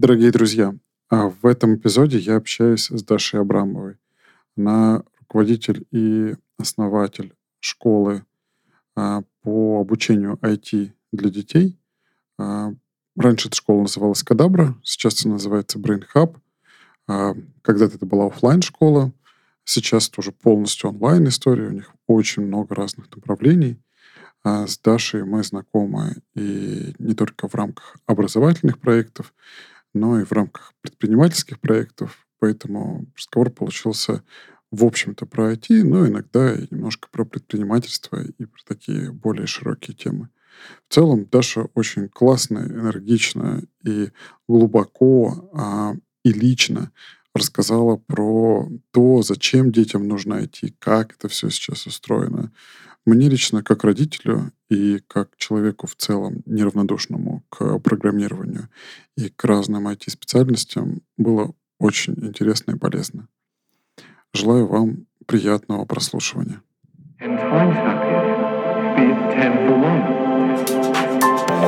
Дорогие друзья, в этом эпизоде я общаюсь с Дашей Абрамовой. Она руководитель и основатель школы по обучению IT для детей. А, Раньше эта школа называлась «Кадабра», сейчас она называется Brain Hub. Когда-то это была оффлайн школа, сейчас тоже полностью онлайн история. У них очень много разных направлений. С Дашей мы знакомы и не только в рамках образовательных проектов, но и в рамках предпринимательских проектов. Поэтому разговор получился, в общем-то, про IT, но иногда и немножко про предпринимательство и про такие более широкие темы. В целом Даша очень классная, энергичная и глубоко и лично рассказала про то, зачем детям нужно IT, как это все сейчас устроено. Мне лично, как родителю и как человеку в целом неравнодушному к программированию и к разным IT-специальностям, было очень интересно и полезно. Желаю вам приятного прослушивания. Ten times happier. Be it 10 for 1.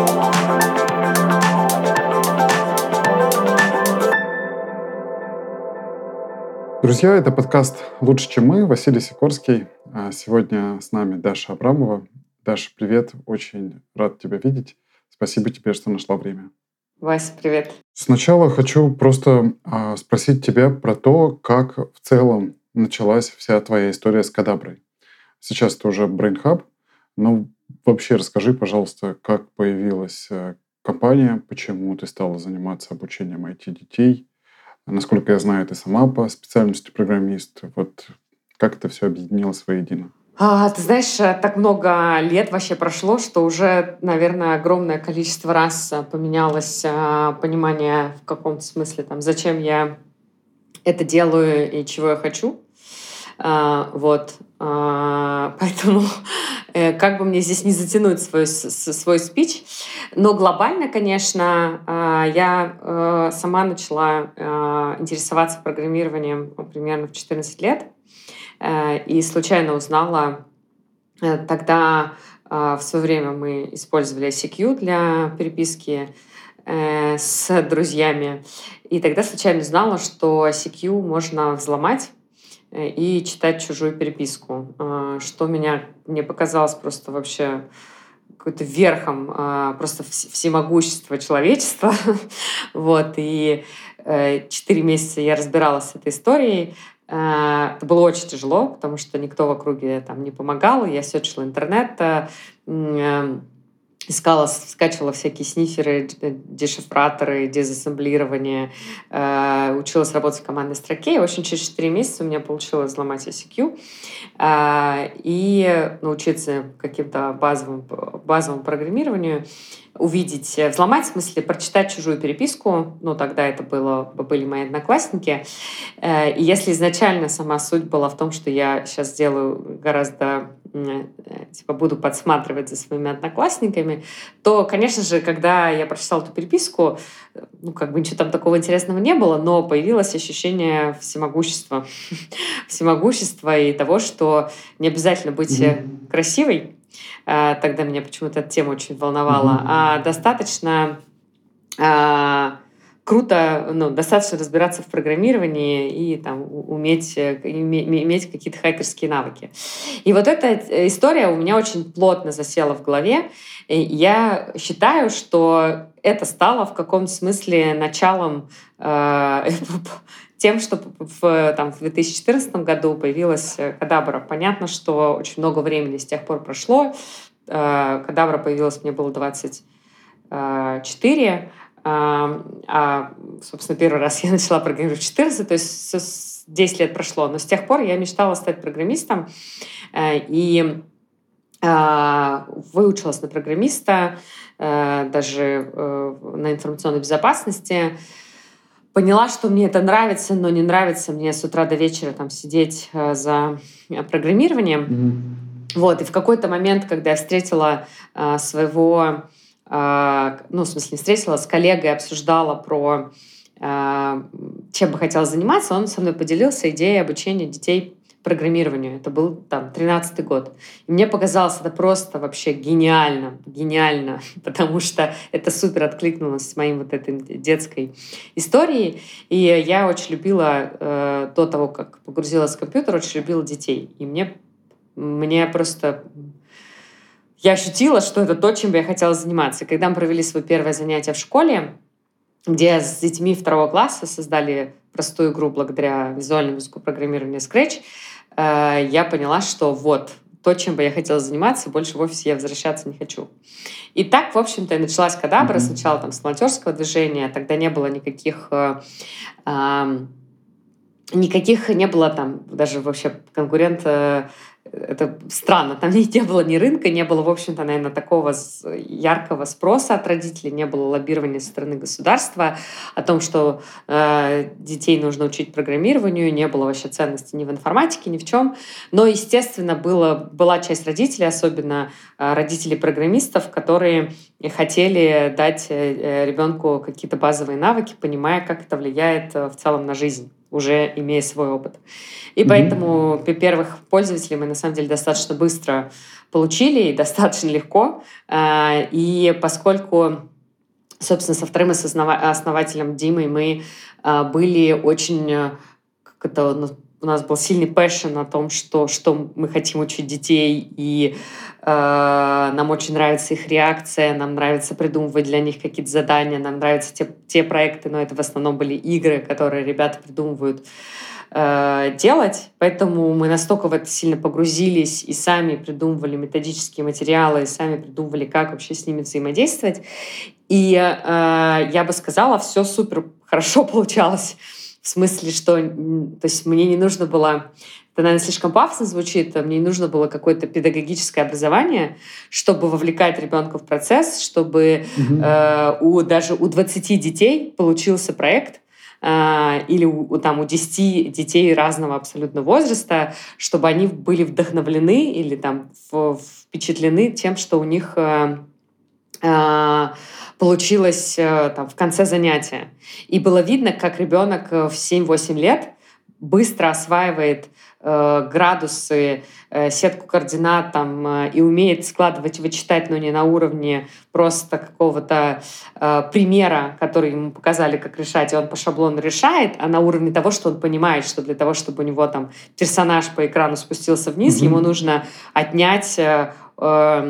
Друзья, это подкаст «Лучше, чем мы». Василий Сикорский. Сегодня с нами Даша Абрамова. Даша, привет. Очень рад тебя видеть. Спасибо тебе, что нашла время. Вася, привет. Сначала хочу просто спросить тебя про то, как в целом началась вся твоя история с Кадаброй. Сейчас это уже Brain Hub, но вообще расскажи, пожалуйста, как появилась компания, почему ты стала заниматься обучением IT-детей. Насколько я знаю, ты сама по специальности программист. Вот как это все объединилось воедино? Ты знаешь, так много лет вообще прошло, что уже, наверное, огромное количество раз поменялось понимание в каком-то смысле, зачем я это делаю и чего я хочу. Поэтому как бы мне здесь не затянуть свой спич. Но глобально, конечно, я сама начала интересоваться программированием примерно в 14 лет. И случайно узнала, тогда в свое время мы использовали ICQ для переписки с друзьями. И тогда случайно узнала, что ICQ можно взломать и читать чужую переписку, что мне показалось просто вообще какой-то верхом просто всемогущества человечества. И 4 месяца я разбиралась с этой историей. Это было очень тяжело, потому что никто в округе не помогал. Я сёрчила интернет, скачивала всякие сниферы, дешифраторы, дезассемблирование, училась работать в командной строке. И, в общем, через 4 месяца у меня получилось взломать ICQ и научиться каким-то базовому программированию, взломать, в смысле, прочитать чужую переписку. Тогда это были мои одноклассники. И если изначально сама суть была в том, что я сейчас сделаю гораздо буду подсматривать за своими одноклассниками, то, конечно же, когда я прочитала эту переписку, ничего там такого интересного не было, но появилось ощущение всемогущества. Всемогущества и того, что не обязательно быть красивой. Тогда меня почему-то эта тема очень волновала. А достаточно круто, достаточно разбираться в программировании и иметь какие-то хакерские навыки. И вот эта история у меня очень плотно засела в голове. И я считаю, что это стало в каком-то смысле началом тем, что в 2014 году появилась Кадабра. Понятно, что очень много времени с тех пор прошло. Кадабра появилась, мне было 24. Собственно, первый раз я начала программировать в 14, то есть 10 лет прошло. Но с тех пор я мечтала стать программистом и выучилась на программиста, даже на информационной безопасности. Поняла, что мне это нравится, но не нравится мне с утра до вечера сидеть за программированием. И в какой-то момент, когда я встретила своего... не встретила, с коллегой обсуждала чем бы хотела заниматься, он со мной поделился идеей обучения детей программированию. Это был там 13-й год. И мне показалось это просто вообще гениально, потому что это супер откликнулось с моей вот этой детской историей. И я очень любила, до того, как погрузилась в компьютер, очень любила детей. И мне просто... Я ощутила, что это то, чем бы я хотела заниматься. И когда мы провели свое первое занятие в школе, где с детьми 2 класса создали простую игру благодаря визуальному языку программирования Scratch, я поняла, что вот то, чем бы я хотела заниматься, больше в офис я возвращаться не хочу. И так, в общем-то, и началась Кодабра. Сначала там с волонтерского движения, тогда не было никаких не было там даже вообще конкурента. Это странно, там не было ни рынка, не было, в общем-то, наверное, такого яркого спроса от родителей, не было лоббирования со стороны государства о том, что детей нужно учить программированию, не было вообще ценности ни в информатике, ни в чем. Но, естественно, была часть родителей, особенно родителей программистов, которые хотели дать ребенку какие-то базовые навыки, понимая, как это влияет в целом на жизнь, уже имея свой опыт. И поэтому первых пользователей мы, на самом деле, достаточно быстро получили и достаточно легко. И поскольку, собственно, со вторым основателем Димой мы были очень... у нас был сильный пэшн о том, что мы хотим учить детей, и нам очень нравится их реакция, нам нравится придумывать для них какие-то задания, нам нравятся те проекты, но это в основном были игры, которые ребята придумывают делать. Поэтому мы настолько в это сильно погрузились и сами придумывали методические материалы, и сами придумывали, как вообще с ними взаимодействовать. И я бы сказала, все супер хорошо получалось. В смысле, что то есть мне не нужно было... Это, наверное, слишком пафосно звучит. Мне не нужно было какое-то педагогическое образование, чтобы вовлекать ребенка в процесс, чтобы даже у 20 детей получился проект, или у 10 детей разного абсолютно возраста, чтобы они были вдохновлены или там впечатлены тем, что у них получилось там, в конце занятия. И было видно, как ребенок в 7-8 лет быстро осваивает градусы, сетку координат там, и умеет складывать и вычитать, но не на уровне просто какого-то примера, который ему показали, как решать, и он по шаблону решает, а на уровне того, что он понимает, что для того, чтобы у него там персонаж по экрану спустился вниз, ему нужно отнять от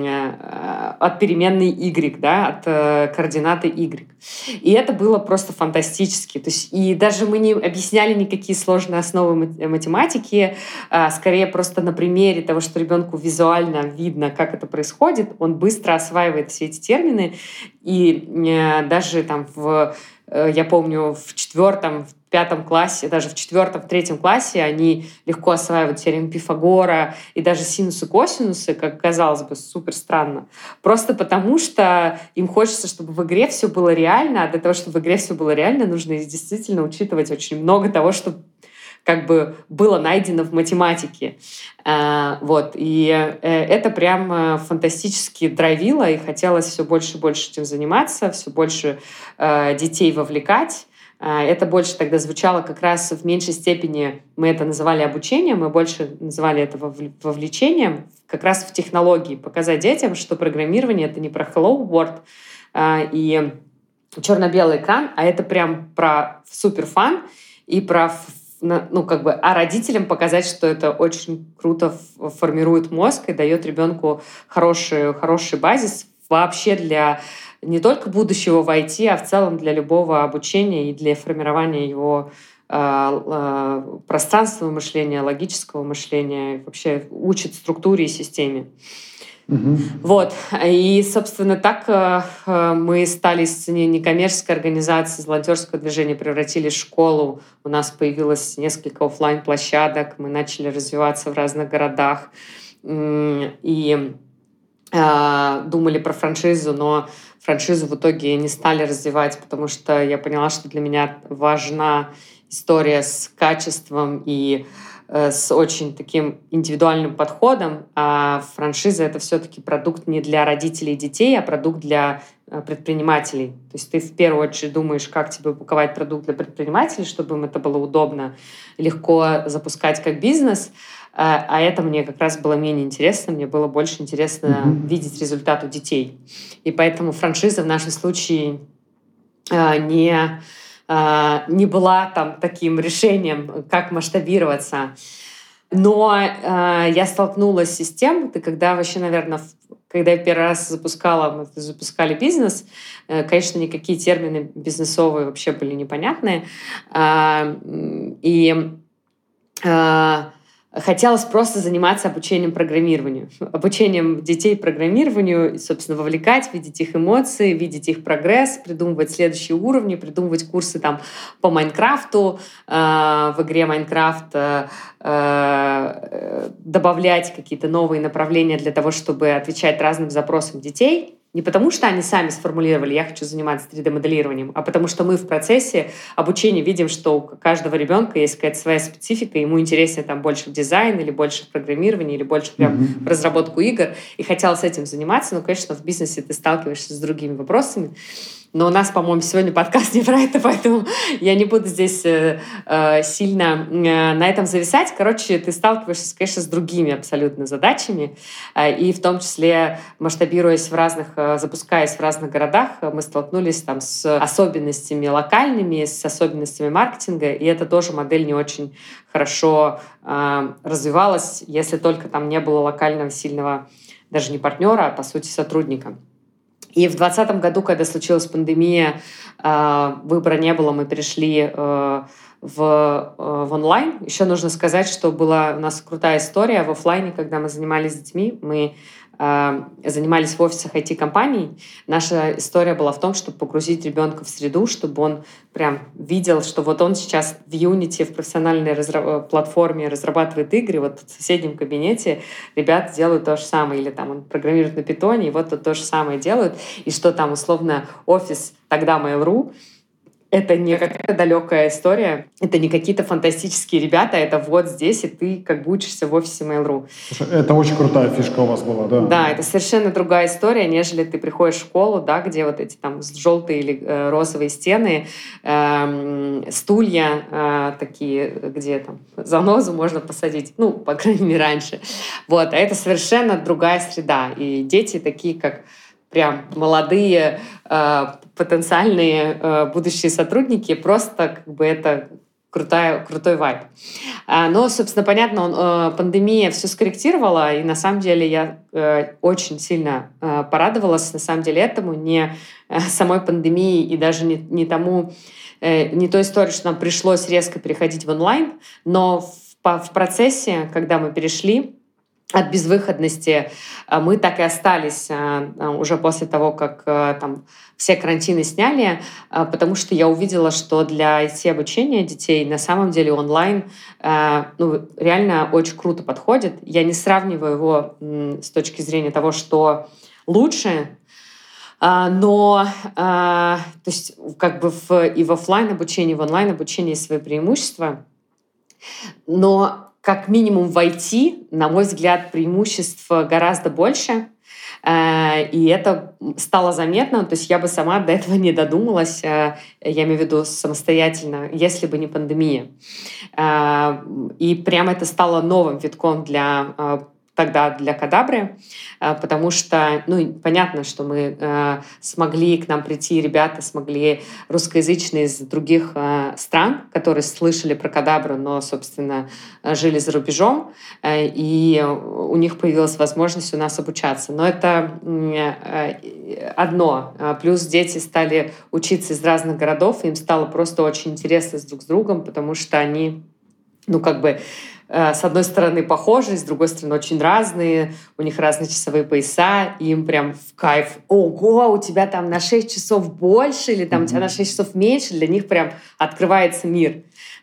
переменной y, да, от координаты y. И это было просто фантастически. То есть, и даже мы не объясняли никакие сложные основы математики, скорее просто на примере того, что ребенку визуально видно, как это происходит, он быстро осваивает все эти термины. И даже там я помню, в 4-м, в 5 классе, даже в 4-м, в 3 классе они легко осваивают теорему Пифагора и даже синусы, косинусы, как казалось бы, супер странно. Просто потому, что им хочется, чтобы в игре все было реально, а для того, чтобы в игре все было реально, нужно действительно учитывать очень много того, что как бы было найдено в математике. Вот. И это прям фантастически драйвило, и хотелось все больше и больше этим заниматься, все больше детей вовлекать. Это больше тогда звучало как раз в меньшей степени, мы это называли обучением, мы больше называли это вовлечением, как раз в технологии, показать детям, что программирование — это не про Hello World и черно-белый экран, а это прям про супер-фан и про а родителям показать, что это очень круто формирует мозг и дает ребенку хороший базис вообще для не только будущего в IT, а в целом для любого обучения и для формирования его пространственного мышления, логического мышления, вообще учит структуре и системе. Вот. И, собственно, так мы стали из некоммерческой организации, из волонтерского движения, превратились в школу. У нас появилось несколько офлайн-площадок, мы начали развиваться в разных городах. И думали про франшизу, но франшизу в итоге не стали развивать, потому что я поняла, что для меня важна история с качеством и с очень таким индивидуальным подходом, а франшиза — это все-таки продукт не для родителей и детей, а продукт для предпринимателей. То есть ты в первую очередь думаешь, как тебе упаковать продукт для предпринимателей, чтобы им это было удобно, легко запускать как бизнес. А это мне как раз было менее интересно. Мне было больше интересно видеть результат у детей. И поэтому франшиза в нашем случае не была там таким решением, как масштабироваться. Но я столкнулась с тем, когда вообще, наверное, когда я первый раз мы запускали бизнес, конечно, никакие термины бизнесовые вообще были непонятны. И хотелось просто заниматься обучением программированию. Обучением детей программированию, и, собственно, вовлекать, видеть их эмоции, видеть их прогресс, придумывать следующие уровни, придумывать курсы там, по Майнкрафту, в игре Майнкрафт, добавлять какие-то новые направления для того, чтобы отвечать разным запросам детей. Не потому, что они сами сформулировали, я хочу заниматься 3D-моделированием, а потому что мы в процессе обучения видим, что у каждого ребенка есть какая-то своя специфика, ему интереснее там больше в дизайн, или больше в программировании, или больше прям в разработку игр. И хотелось этим заниматься, но, конечно, в бизнесе ты сталкиваешься с другими вопросами. Но у нас, по-моему, сегодня подкаст не про это, поэтому я не буду здесь сильно на этом зависать. Короче, ты сталкиваешься, конечно, с другими абсолютно задачами. И в том числе, масштабируясь запускаясь в разных городах, мы столкнулись там с особенностями локальными, с особенностями маркетинга. И эта тоже модель не очень хорошо развивалась, если только там не было локального сильного, даже не партнера, а по сути сотрудника. И в 2020 году, когда случилась пандемия, выбора не было, мы перешли в онлайн. Еще нужно сказать, что была у нас крутая история в офлайне, когда мы занимались с детьми. Мы занимались в офисах IT-компаний. Наша история была в том, чтобы погрузить ребенка в среду, чтобы он прям видел, что вот он сейчас в Unity, в профессиональной платформе разрабатывает игры, вот в соседнем кабинете ребята делают то же самое, или там он программирует на питоне, и вот тут то же самое делают, и что там условно офис тогда Mail.ru, это не какая-то далекая история, это не какие-то фантастические ребята, это вот здесь, и ты как бы учишься в офисе Mail.ru. Слушай, это очень крутая фишка у вас была, да? Да, это совершенно другая история, нежели ты приходишь в школу, да, где вот эти там желтые или розовые стены, стулья такие, где там занозу можно посадить, ну, по крайней мере, раньше. Вот, а это совершенно другая среда, и дети такие, как прям молодые, потенциальные будущие сотрудники, просто как бы это крутой вайб. Но, собственно, понятно, пандемия все скорректировала, и на самом деле я очень сильно порадовалась, на самом деле, этому, не самой пандемии и даже не той истории, что нам пришлось резко переходить в онлайн, но в процессе, когда мы перешли от безвыходности, мы так и остались уже после того, как там все карантины сняли, потому что я увидела, что для IT-обучения детей на самом деле онлайн реально очень круто подходит. Я не сравниваю его с точки зрения того, что лучше, но то есть как бы и в офлайн обучении, и в онлайн обучении есть свои преимущества, но как минимум в IT, на мой взгляд, преимуществ гораздо больше. И это стало заметно. То есть я бы сама до этого не додумалась, я имею в виду самостоятельно, если бы не пандемия. И прямо это стало новым витком тогда для Кадабры, потому что, понятно, что мы смогли к нам прийти, ребята смогли русскоязычные из других стран, которые слышали про Кадабру, но, собственно, жили за рубежом, и у них появилась возможность у нас обучаться. Но это одно. Плюс дети стали учиться из разных городов, и им стало просто очень интересно друг с другом, потому что они, с одной стороны похожи, с другой стороны очень разные, у них разные часовые пояса, и им прям в кайф. Ого, у тебя там на 6 часов больше, или там у тебя на 6 часов меньше, для них прям открывается мир.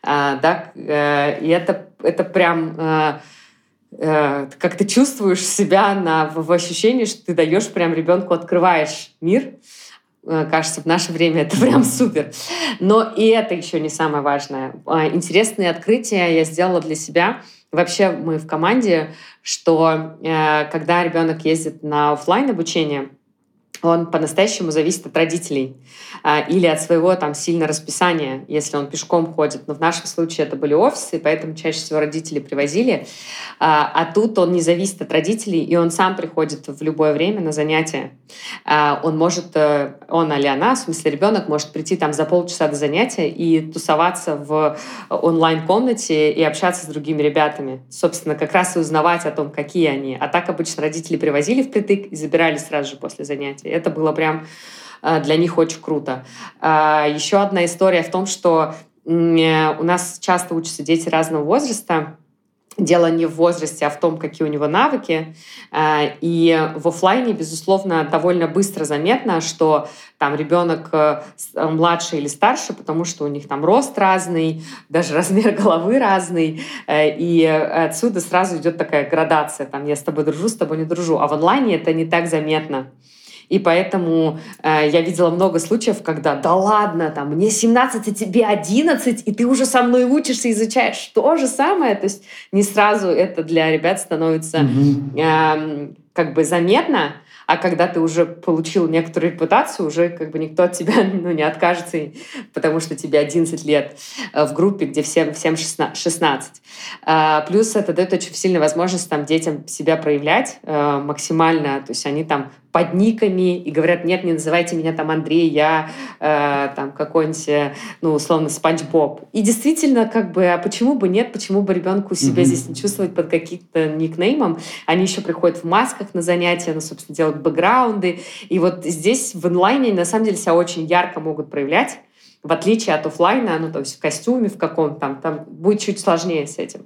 И это прям как ты чувствуешь себя в ощущении, что ты даешь прям ребенку, открываешь мир. Кажется, в наше время это прям супер. Но и это еще не самое важное. Интересные открытия я сделала для себя. Вообще мы в команде, что когда ребенок ездит на офлайн обучение, он по-настоящему зависит от родителей или от своего там сильно расписания, если он пешком ходит. Но в нашем случае это были офисы, поэтому чаще всего родители привозили. А тут он не зависит от родителей, и он сам приходит в любое время на занятия. Он может, он или она, в смысле ребенок, может прийти там за полчаса до занятия и тусоваться в онлайн-комнате и общаться с другими ребятами. Собственно, как раз и узнавать о том, какие они. А так обычно родители привозили впритык и забирали сразу же после занятия. Это было прям для них очень круто. Еще одна история в том, что у нас часто учатся дети разного возраста. Дело не в возрасте, а в том, какие у него навыки. И в офлайне, безусловно, довольно быстро заметно, что там ребенок младше или старше, потому что у них там рост разный, даже размер головы разный. И отсюда сразу идет такая градация. Там, я с тобой дружу, с тобой не дружу. А в онлайне это не так заметно. И поэтому я видела много случаев, когда да ладно, там, мне 17, а тебе 11, и ты уже со мной учишься, изучаешь то же самое. То есть не сразу это для ребят становится как бы заметно, а когда ты уже получил некоторую репутацию, уже как бы никто от тебя не откажется, потому что тебе 11 лет в группе, где всем 16. Плюс это дает очень сильную возможность там, детям себя проявлять максимально. То есть они там под никами и говорят, нет, не называйте меня там Андрей, я там какой-нибудь, ну, условно, Спанч Боб. И действительно, как бы, а почему бы нет, почему бы ребенку себя здесь не чувствовать под каким-то никнеймом? Они еще приходят в масках на занятия, ну, собственно, делают бэкграунды. И вот здесь в онлайне, на самом деле, себя очень ярко могут проявлять, в отличие от офлайна, ну, то есть в костюме в каком-то, там будет чуть сложнее с этим.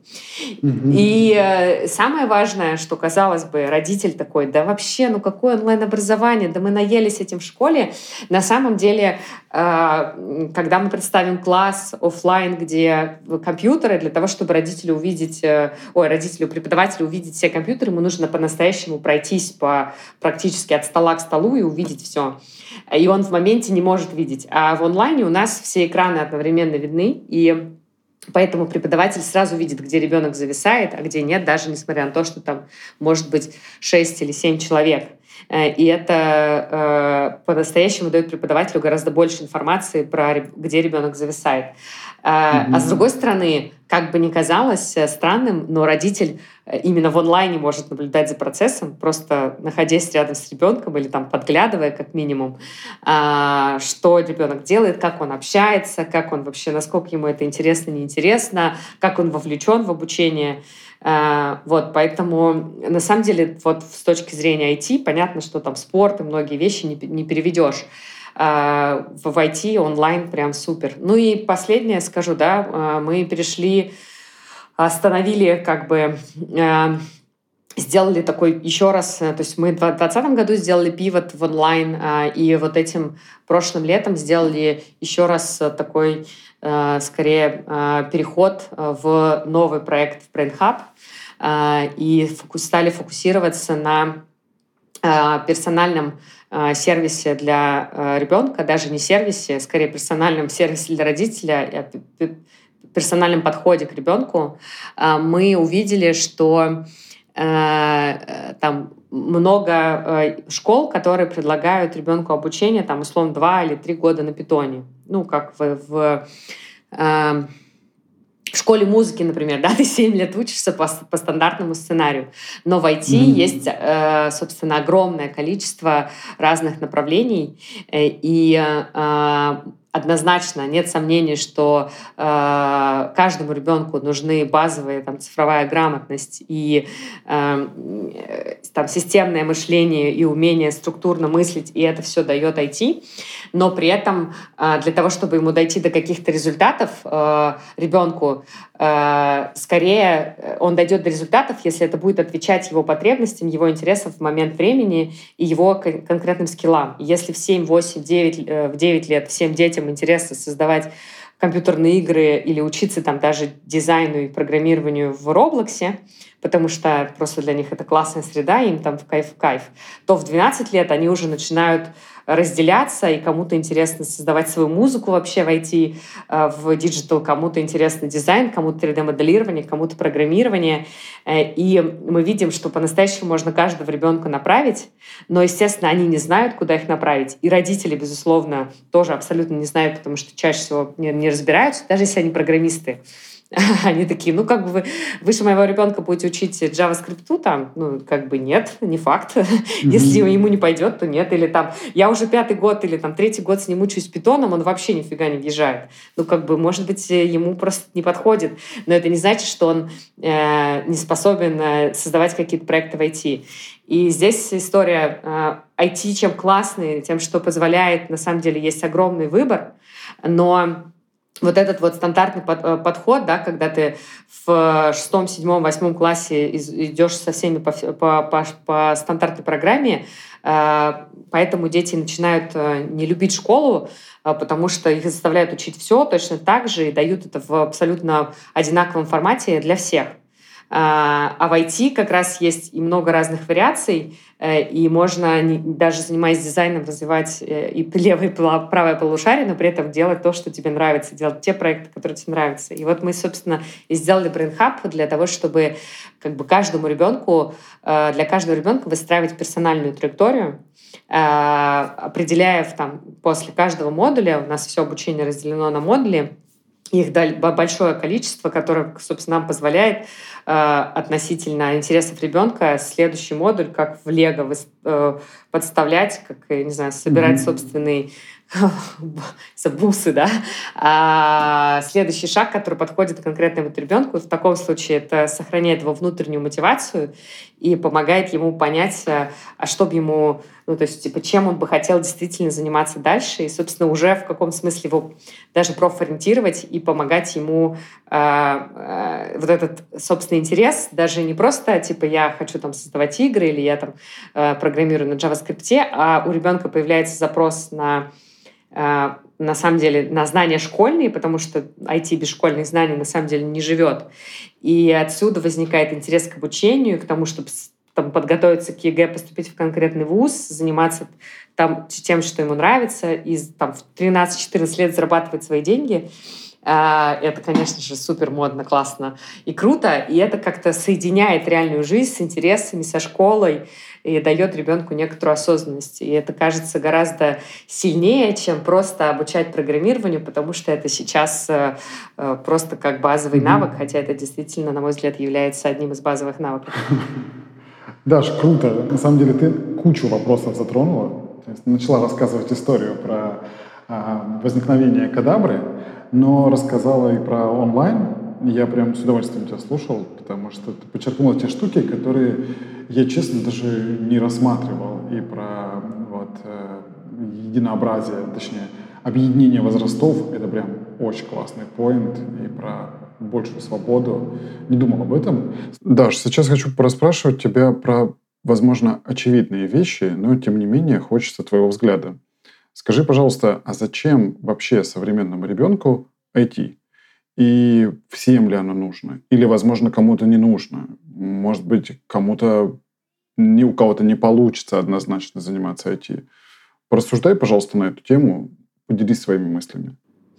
И самое важное, что, казалось бы, родитель такой, да вообще, ну какое онлайн-образование, да мы наелись этим в школе. На самом деле, когда мы представим класс офлайн, где компьютеры, для того, чтобы родителю, преподавателю увидеть все компьютеры, ему нужно по-настоящему пройтись практически от стола к столу и увидеть все. И он в моменте не может видеть. А в онлайне у нас все экраны одновременно видны, и поэтому преподаватель сразу видит, где ребенок зависает, а где нет, даже несмотря на то, что там может быть 6 или 7 человек. И это по-настоящему дает преподавателю гораздо больше информации про где ребенок зависает. А с другой стороны, как бы ни казалось странным, но родитель именно в онлайне может наблюдать за процессом, просто находясь рядом с ребенком или там подглядывая как минимум, что ребенок делает, как он общается, как он вообще, насколько ему это интересно, неинтересно, как он вовлечен в обучение. Вот, поэтому на самом деле вот с точки зрения IT понятно, что там спорт и многие вещи не переведешь. В IT онлайн прям супер. Ну и последнее скажу, да, мы остановили как бы сделали такой еще раз, то есть мы в 2020 году сделали пивот в онлайн, и вот этим прошлым летом сделали еще раз такой, скорее, переход в новый проект в Brain Hub, и стали фокусироваться на персональном сервисе для ребенка, даже не сервисе, скорее персональном сервисе для родителя, персональном подходе к ребенку. Мы увидели, что там много школ, которые предлагают ребенку обучение, там, условно, 2 или 3 года на питоне. Ну, как в школе музыки, например, да, ты 7 лет учишься по стандартному сценарию. Но в IT есть, собственно, огромное количество разных направлений, и однозначно нет сомнений, что каждому ребенку нужны базовые там, цифровая грамотность и там, системное мышление и умение структурно мыслить, и это все дает IT. Но при этом для того, чтобы ему дойти до каких-то результатов, ребенку, скорее он дойдет до результатов, если это будет отвечать его потребностям, его интересам в момент времени и его конкретным скиллам. Если в 7, 8, 9, в 9 лет всем детям интересно создавать компьютерные игры или учиться там даже дизайну и программированию в Роблоксе, потому что просто для них это классная среда, им там в кайф, то в 12 лет они уже начинают разделяться, и кому-то интересно создавать свою музыку вообще в IT, в диджитал, кому-то интересно дизайн, кому-то 3D-моделирование, кому-то программирование. И мы видим, что по-настоящему можно каждого ребенка направить, но, естественно, они не знают, куда их направить. И родители, безусловно, тоже абсолютно не знают, потому что чаще всего не разбираются, даже если они программисты. Они такие, вы же моего ребенка будете учить JavaScript, там, нет, не факт. Если ему не пойдет, то нет. Или там, я уже 5-й год или там 3-й год с ним учусь питоном, он вообще нифига не въезжает. Может быть, ему просто не подходит. Но это не значит, что он не способен создавать какие-то проекты в IT. И здесь история IT чем классный, тем, что позволяет, на самом деле, есть огромный выбор, но вот этот вот стандартный подход, да, когда ты в 6-м, 7-м, 8-м классе идешь со всеми по стандартной программе, поэтому дети начинают не любить школу, потому что их заставляют учить все точно так же и дают это в абсолютно одинаковом формате для всех. А в IT как раз есть и много разных вариаций, и можно, даже занимаясь дизайном, развивать и левое, и правое полушарие, но при этом делать то, что тебе нравится, делать те проекты, которые тебе нравятся. И вот мы, собственно, и сделали Brain Hub для того, чтобы для каждого ребенка выстраивать персональную траекторию, определяя после каждого модуля, у нас все обучение разделено на модули, их большое количество, которое, собственно, нам позволяет относительно интересов ребенка следующий модуль, как в Лего, подставлять, как, не знаю, собирать собственный бусы, да. Следующий шаг, который подходит конкретному ребенку, в таком случае это сохраняет его внутреннюю мотивацию и помогает ему понять, что бы ему, чем он бы хотел действительно заниматься дальше, и, собственно, уже в каком смысле его даже профориентировать и помогать ему вот этот собственный интерес, даже не просто, я хочу создавать игры или я программирую на JavaScript, а у ребенка появляется запрос на самом деле, на знания школьные, потому что IT без школьных знаний на самом деле не живет. И отсюда возникает интерес к обучению, к тому, чтобы подготовиться к ЕГЭ, поступить в конкретный вуз, заниматься тем, что ему нравится, и в 13-14 лет зарабатывать свои деньги. Это, конечно же, супер модно, классно и круто. И это как-то соединяет реальную жизнь с интересами, со школой и дает ребенку некоторую осознанность. И это кажется гораздо сильнее, чем просто обучать программированию, потому что это сейчас просто как базовый навык, хотя это действительно, на мой взгляд, является одним из базовых навыков. Даш, круто. На самом деле ты кучу вопросов затронула. То есть начала рассказывать историю про возникновение Кодабры, но рассказала и про онлайн. Я прям с удовольствием тебя слушал, потому что ты подчеркнула те штуки, которые я, честно, даже не рассматривал. И про единообразие, точнее, объединение возрастов. Это прям очень классный поинт. И про большую свободу. Не думал об этом. Даш, сейчас хочу пораспрашивать тебя про, возможно, очевидные вещи, но, тем не менее, хочется твоего взгляда. Скажи, пожалуйста, а зачем вообще современному ребенку IT? И всем ли оно нужно? Или, возможно, кому-то не нужно? Может быть, у кого-то не получится однозначно заниматься IT. Порассуждай, пожалуйста, на эту тему. Поделись своими мыслями.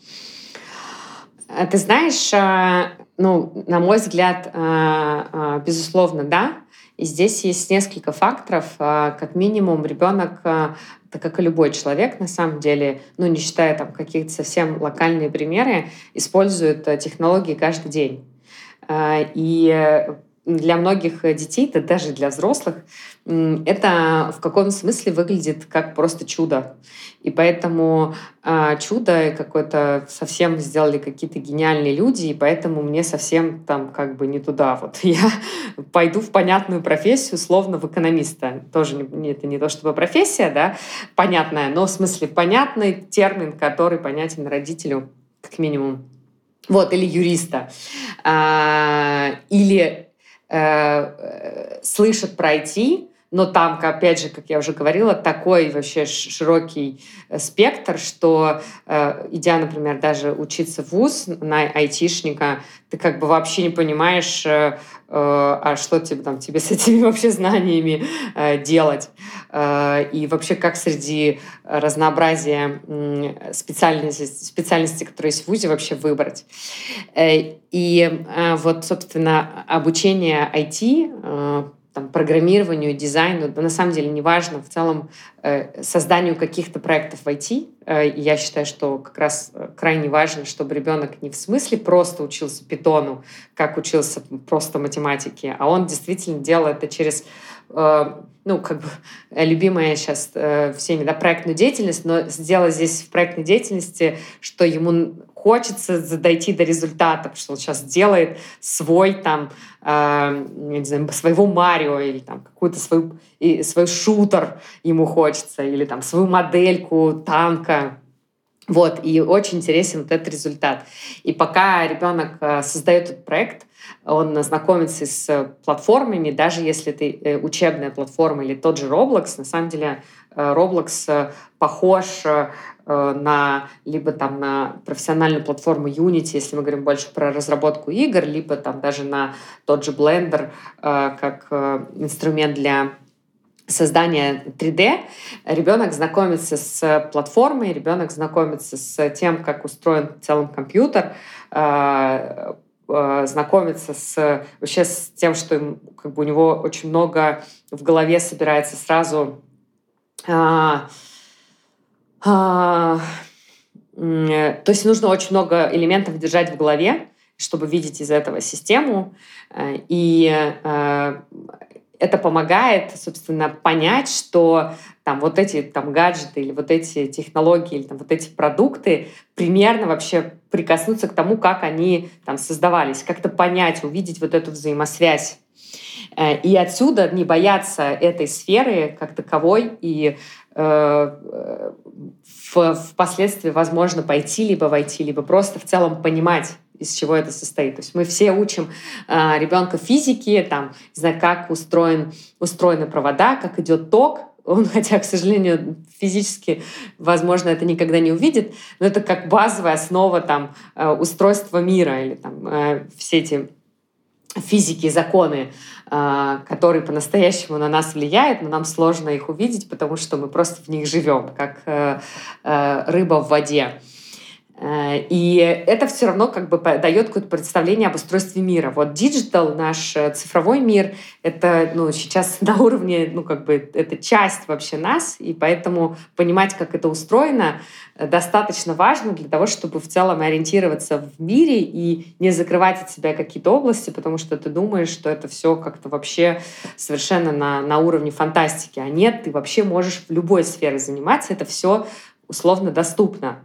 Ты знаешь, на мой взгляд, безусловно, да. И здесь есть несколько факторов. Как минимум, ребенок, как и любой человек, на самом деле, не считая каких-то совсем локальные примеры, использует технологии каждый день. И для многих детей, да даже для взрослых, это в каком смысле выглядит как просто чудо. И поэтому чудо какое-то совсем сделали какие-то гениальные люди, и поэтому мне совсем не туда. Вот я пойду в понятную профессию, словно в экономиста. Тоже это не то чтобы профессия, да, понятная, но в смысле понятный термин, который понятен родителю, как минимум. Или юриста. Или слышат про IT, но там, опять же, как я уже говорила, такой вообще широкий спектр, что, идя, например, даже учиться в вуз на айтишника, ты как бы вообще не понимаешь, а что тебе с этими вообще знаниями делать. И вообще, как среди разнообразия специальностей, которые есть в вузе, вообще выбрать. И вот, собственно, обучение IT, программированию, дизайну, да, на самом деле неважно, в целом созданию каких-то проектов в IT. Я считаю, что как раз крайне важно, чтобы ребенок не в смысле просто учился питону, как учился просто математике, а он действительно делал это через любимая сейчас всеми, да, проектную деятельность, но сделать здесь в проектной деятельности, что ему хочется дойти до результата, что он сейчас делает свой не знаю, своего Марио или какую-то свой шутер ему хочется, или свою модельку танка. Вот, и очень интересен вот этот результат. И пока ребенок создает этот проект, он знакомится с платформами, даже если это учебная платформа или тот же Roblox, на самом деле Roblox похож либо на профессиональную платформу Unity, если мы говорим больше про разработку игр, либо даже на тот же Blender как инструмент для создания 3D. Ребенок знакомится с платформой, ребенок знакомится с тем, как устроен в целом компьютер, знакомиться вообще с тем, что у него очень много в голове собирается сразу то есть нужно очень много элементов держать в голове, чтобы видеть из этого систему. И это помогает, собственно, понять, что вот эти гаджеты или вот эти технологии или вот эти продукты примерно вообще прикоснуться к тому, как они создавались, как-то понять, увидеть вот эту взаимосвязь. И отсюда не бояться этой сферы как таковой и впоследствии, возможно, пойти, либо войти, либо просто в целом понимать, из чего это состоит. То есть мы все учим ребенка физике, не знаю, как устроены провода, как идет ток. Он, хотя, к сожалению, физически, возможно, это никогда не увидит, но это как базовая основа устройства мира или все эти физики, законы, которые по-настоящему на нас влияют, но нам сложно их увидеть, потому что мы просто в них живем, как рыба в воде. И это все равно дает какое-то представление об устройстве мира. Вот диджитал, наш цифровой мир, это сейчас на уровне, это часть вообще нас, и поэтому понимать, как это устроено, достаточно важно для того, чтобы в целом ориентироваться в мире и не закрывать от себя какие-то области, потому что ты думаешь, что это все как-то вообще совершенно на уровне фантастики. А нет, ты вообще можешь в любой сфере заниматься, это все условно доступно.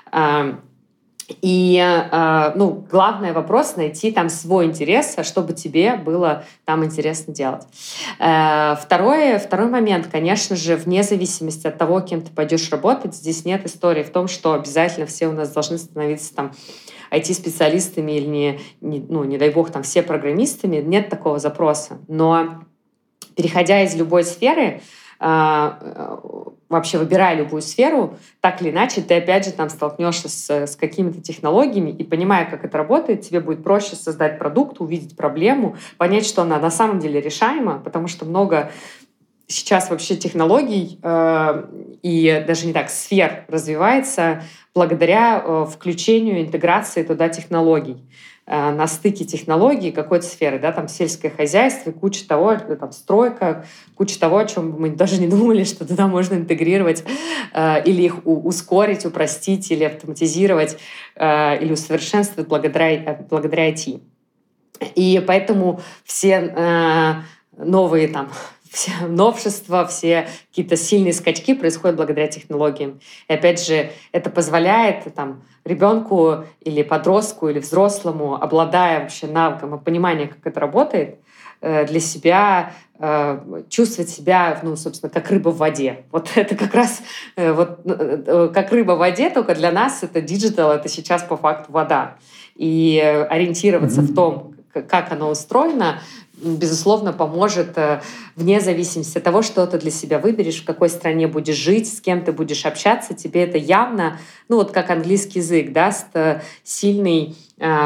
И главный вопрос — найти свой интерес, чтобы тебе было интересно делать. Второй момент, конечно же, вне зависимости от того, кем ты пойдешь работать, здесь нет истории в том, что обязательно все у нас должны становиться IT-специалистами или, не дай бог, все программистами. Нет такого запроса. Но переходя из любой сферы, вообще выбирая любую сферу, так или иначе, ты опять же столкнешься с какими-то технологиями, и понимая, как это работает, тебе будет проще создать продукт, увидеть проблему, понять, что она на самом деле решаема, потому что много сейчас вообще технологий и даже не так, сфер развивается благодаря включению, интеграции туда технологий. На стыке технологий какой-то сферы, сельское хозяйство, куча того, стройка, куча того, о чем мы даже не думали, что туда можно интегрировать или их ускорить, упростить, или автоматизировать, или усовершенствовать благодаря IT. И поэтому все новые все новшества, все какие-то сильные скачки происходят благодаря технологиям. И опять же, это позволяет ребенку или подростку или взрослому, обладая вообще навыком и пониманием, как это работает, для себя чувствовать себя, собственно, как рыба в воде. Вот это как раз как рыба в воде, только для нас это диджитал, это сейчас по факту вода. И ориентироваться в том, как оно устроено, безусловно, поможет вне зависимости от того, что ты для себя выберешь, в какой стране будешь жить, с кем ты будешь общаться. Тебе это явно, ну вот как английский язык, даст сильный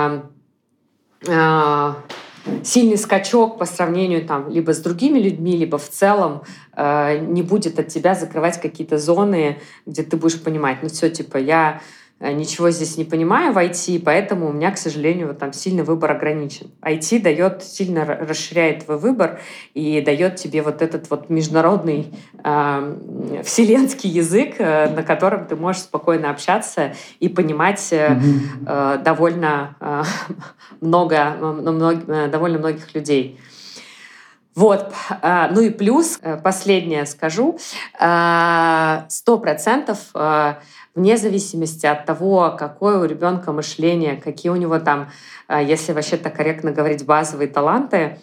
сильный скачок по сравнению там либо с другими людьми, либо в целом не будет от тебя закрывать какие-то зоны, где ты будешь понимать, ну все, типа, я ничего здесь не понимаю в IT, поэтому у меня, к сожалению, вот там сильно выбор ограничен. IT дает, сильно расширяет твой выбор и дает тебе вот этот вот международный вселенский язык, на котором ты можешь спокойно общаться и понимать довольно довольно многих людей. Вот. Ну и плюс, последнее скажу, 100% вне зависимости от того, какое у ребенка мышление, какие у него там, если вообще-то корректно говорить, базовые таланты,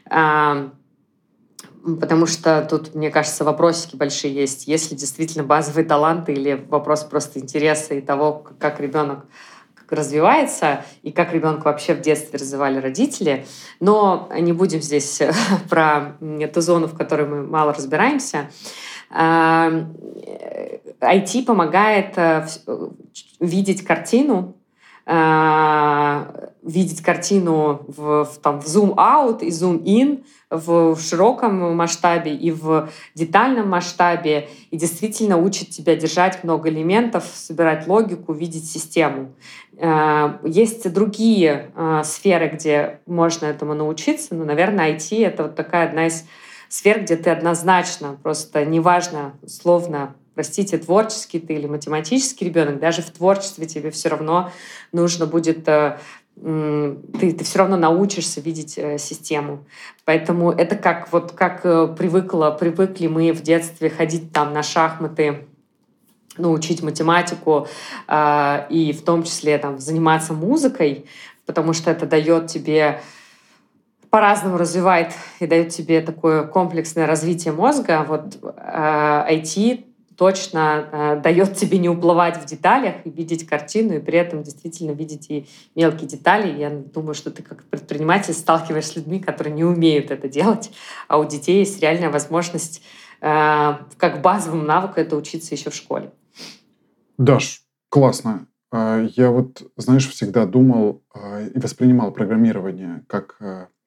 потому что тут, мне кажется, вопросики большие есть. Есть ли действительно базовые таланты или вопрос просто интереса и того, как ребенок развивается и как ребенка вообще в детстве развивали родители. Но не будем здесь про ту зону, в которой мы мало разбираемся. IT помогает видеть картину в зум-аут и зум-ин в широком масштабе и в детальном масштабе, и действительно учит тебя держать много элементов, собирать логику, видеть систему. Есть другие сферы, где можно этому научиться, но, наверное, IT — это вот такая одна из сфер, где ты однозначно, просто неважно, условно, простите, творческий ты или математический ребенок, даже в творчестве тебе все равно нужно будет, ты все равно научишься видеть систему. Поэтому это как привыкли мы в детстве ходить там на шахматы, учить математику и в том числе там заниматься музыкой, потому что это дает тебе по-разному развивает и дает тебе такое комплексное развитие мозга. Вот IT точно дает тебе не уплывать в деталях и видеть картину, и при этом действительно видеть и мелкие детали. Я думаю, что ты как предприниматель сталкиваешься с людьми, которые не умеют это делать, а у детей есть реальная возможность как базовому навыку это учиться еще в школе. Даш, классно. Я вот, знаешь, всегда думал и воспринимал программирование как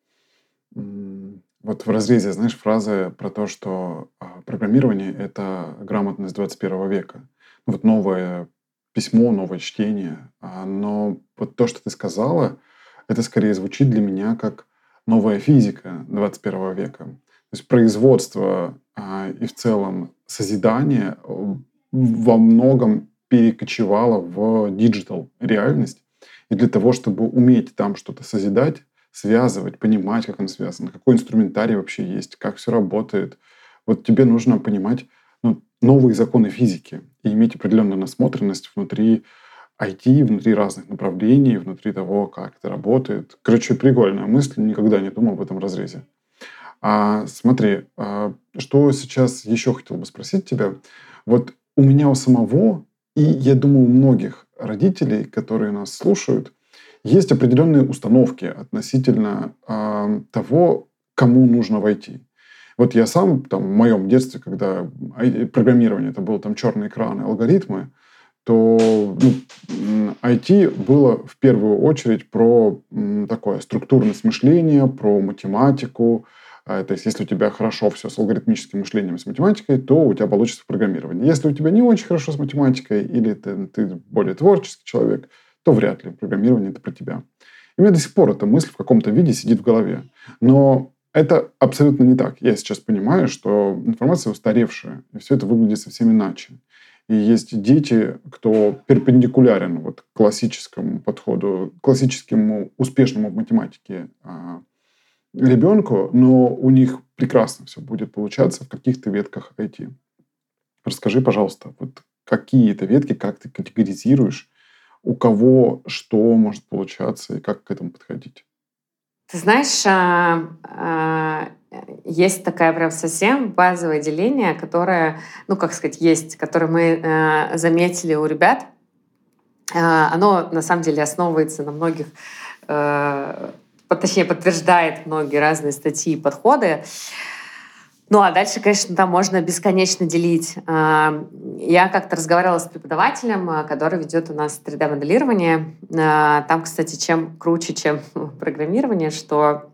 вот в разрезе, знаешь, фразы про то, что программирование — это грамотность 21 века. Вот новое письмо, новое чтение. Но вот то, что ты сказала, это скорее звучит для меня как новая физика 21 века. То есть производство и в целом созидание во многом перекочевало в диджитал реальность. И для того, чтобы уметь там что-то созидать, связывать, понимать, как оно связано, какой инструментарий вообще есть, как все работает. Вот тебе нужно понимать новые законы физики и иметь определенную насмотренность внутри IT, внутри разных направлений, внутри того, как это работает. Короче, прикольная мысль, никогда не думал в этом разрезе. Смотри, что сейчас еще хотел бы спросить тебя. Вот у меня у самого, и я думаю, у многих родителей, которые нас слушают, есть определенные установки относительно того, кому нужно войти. Вот я сам там, в моем детстве, когда программирование это был там черный экран и алгоритмы, то IT было в первую очередь про такое структурность мышления, про математику. То есть если у тебя хорошо все с алгоритмическим мышлением и с математикой, то у тебя получится программирование. Если у тебя не очень хорошо с математикой или ты более творческий человек, то вряд ли программирование — это про тебя. И у меня до сих пор эта мысль в каком-то виде сидит в голове. Но это абсолютно не так. Я сейчас понимаю, что информация устаревшая, и все это выглядит совсем иначе. И есть дети, кто перпендикулярен вот классическому подходу, классическому успешному в математике ребенку, но у них прекрасно все будет получаться в каких-то ветках IT. Расскажи, пожалуйста, вот какие это ветки, как ты категоризируешь, у кого что может получаться и как к этому подходить? Ты знаешь, есть такая прям совсем базовое деление, которое, которое мы заметили у ребят. Оно на самом деле основывается на многих точнее, подтверждает многие разные статьи и подходы. Ну, а дальше, конечно, там можно бесконечно делить. Я как-то разговаривала с преподавателем, который ведет у нас 3D-моделирование. Там, кстати, чем круче, чем программирование, что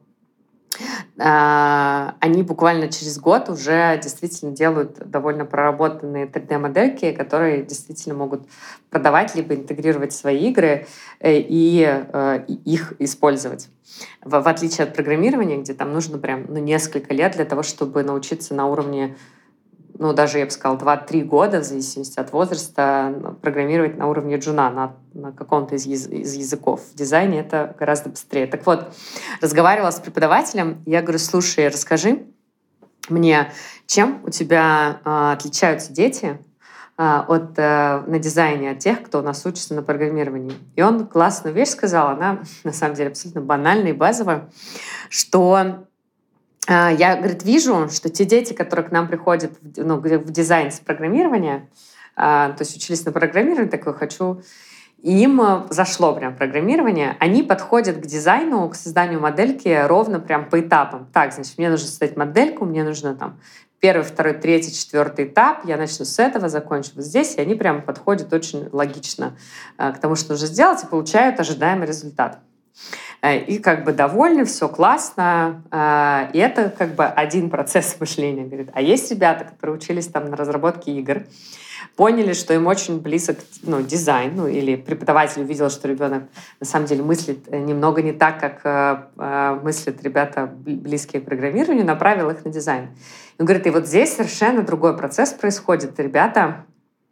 они буквально через год уже действительно делают довольно проработанные 3D-модельки, которые действительно могут продавать либо интегрировать в свои игры и их использовать. В отличие от программирования, где там нужно прям несколько лет для того, чтобы научиться на уровне, даже, я бы сказала, 2-3 года, в зависимости от возраста, программировать на уровне джуна, на каком-то из языков. В дизайне это гораздо быстрее. Так вот, разговаривала с преподавателем, я говорю: слушай, расскажи мне, чем у тебя отличаются дети на дизайне от тех, кто у нас учится на программировании. И он классную вещь сказал, она на самом деле абсолютно банальная и базовая, что я, говорит, вижу, что те дети, которые к нам приходят в дизайн с программирования, то есть учились на программировании, такой хочу, и им зашло прям программирование, они подходят к дизайну, к созданию модельки ровно прям по этапам. Так, значит, мне нужно создать модельку, мне нужно там 1, 2, 3, 4 этап, я начну с этого, закончу вот здесь, и они прям подходят очень логично к тому, что нужно сделать, и получают ожидаемый результат. И как бы довольны, все классно. И это как бы один процесс мышления. Говорит. А есть ребята, которые учились там на разработке игр, поняли, что им очень близок дизайн, или преподаватель увидел, что ребенок на самом деле мыслит немного не так, как мыслят ребята, близкие к программированию, направил их на дизайн. Он говорит, и вот здесь совершенно другой процесс происходит. Ребята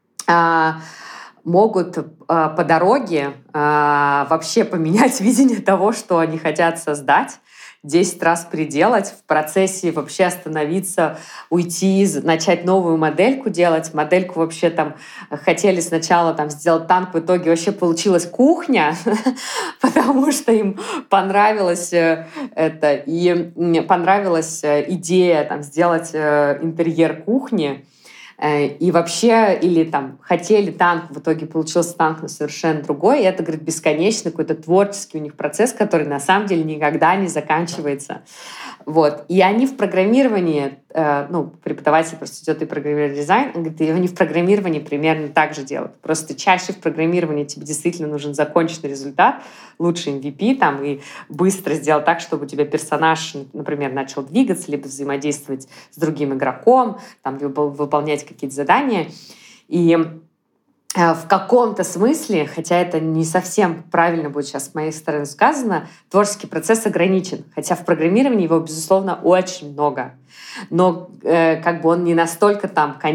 могут по дороге вообще поменять видение того, что они хотят создать, 10 раз переделать, в процессе вообще остановиться, уйти, начать новую модельку делать. Модельку вообще там хотели сначала сделать танк, в итоге вообще получилась кухня, потому что им понравилось это. И понравилась идея сделать интерьер кухни. И вообще, или хотели танк, в итоге получился танк, но совершенно другой. И это, говорит, бесконечный какой-то творческий у них процесс, который на самом деле никогда не заканчивается. Вот. И они в программировании, преподаватель просто идет и программирует дизайн, он говорит, и они в программировании примерно так же делают. Просто чаще в программировании тебе действительно нужен законченный результат, лучше MVP, и быстро сделать так, чтобы у тебя персонаж, например, начал двигаться, либо взаимодействовать с другим игроком, либо выполнять какие-то задания. И в каком-то смысле, хотя это не совсем правильно будет сейчас с моей стороны сказано, творческий процесс ограничен. Хотя в программировании его, безусловно, очень много. Но он не настолько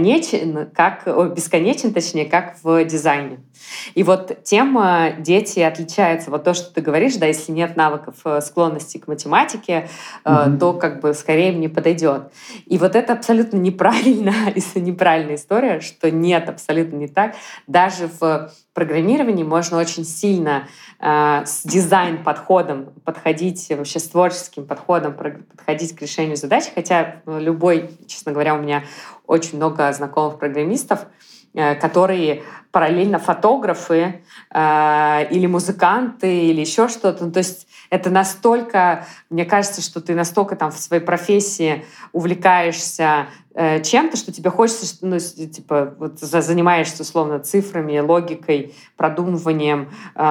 бесконечен, точнее, как в дизайне. И вот тем дети отличаются. Вот то, что ты говоришь, если нет навыков, склонности к математике, то скорее мне подойдет. И вот это абсолютно неправильная история, что нет, абсолютно не так. Даже в программировании можно очень сильно с дизайн-подходом подходить, вообще с творческим подходом подходить к решению задач, хотя любой, честно говоря, у меня очень много знакомых программистов, которые параллельно фотографы или музыканты, или еще что-то. То есть это настолько, мне кажется, что ты настолько в своей профессии увлекаешься чем-то, что тебе хочется, занимаешься условно цифрами, логикой, продумыванием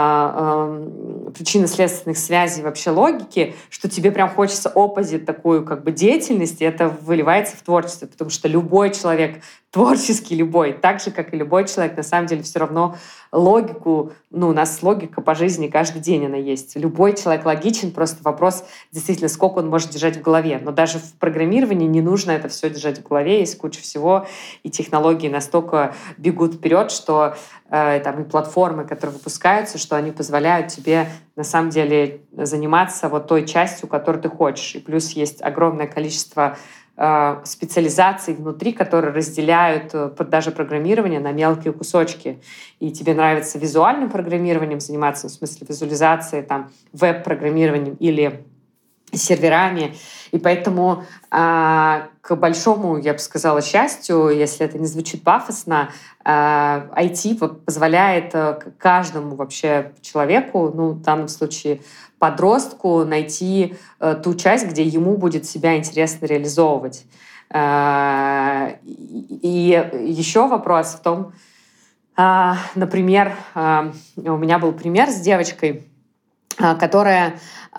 причинно-следственных связей, вообще логики, что тебе прям хочется оппозит такую деятельность, и это выливается в творчество, потому что любой человек творческий, любой, так же, как и любой человек, на самом деле все равно логику, у нас логика по жизни каждый день она есть. Любой человек логичен, просто вопрос действительно, сколько он может держать в голове. Но даже в программировании не нужно это все держать в голове, есть куча всего, и технологии настолько бегут вперед, что и платформы, которые выпускаются, что они позволяют тебе на самом деле заниматься той частью, которую ты хочешь. И плюс есть огромное количество специализаций внутри, которые разделяют даже программирование на мелкие кусочки. И тебе нравится визуальным программированием заниматься, в смысле визуализации, веб-программированием или серверами. И поэтому к большому, я бы сказала, счастью, если это не звучит пафосно, IT позволяет каждому вообще человеку, ну, в данном случае подростку, найти ту часть, где ему будет себя интересно реализовывать. И еще вопрос в том, например, у меня был пример с девочкой, которая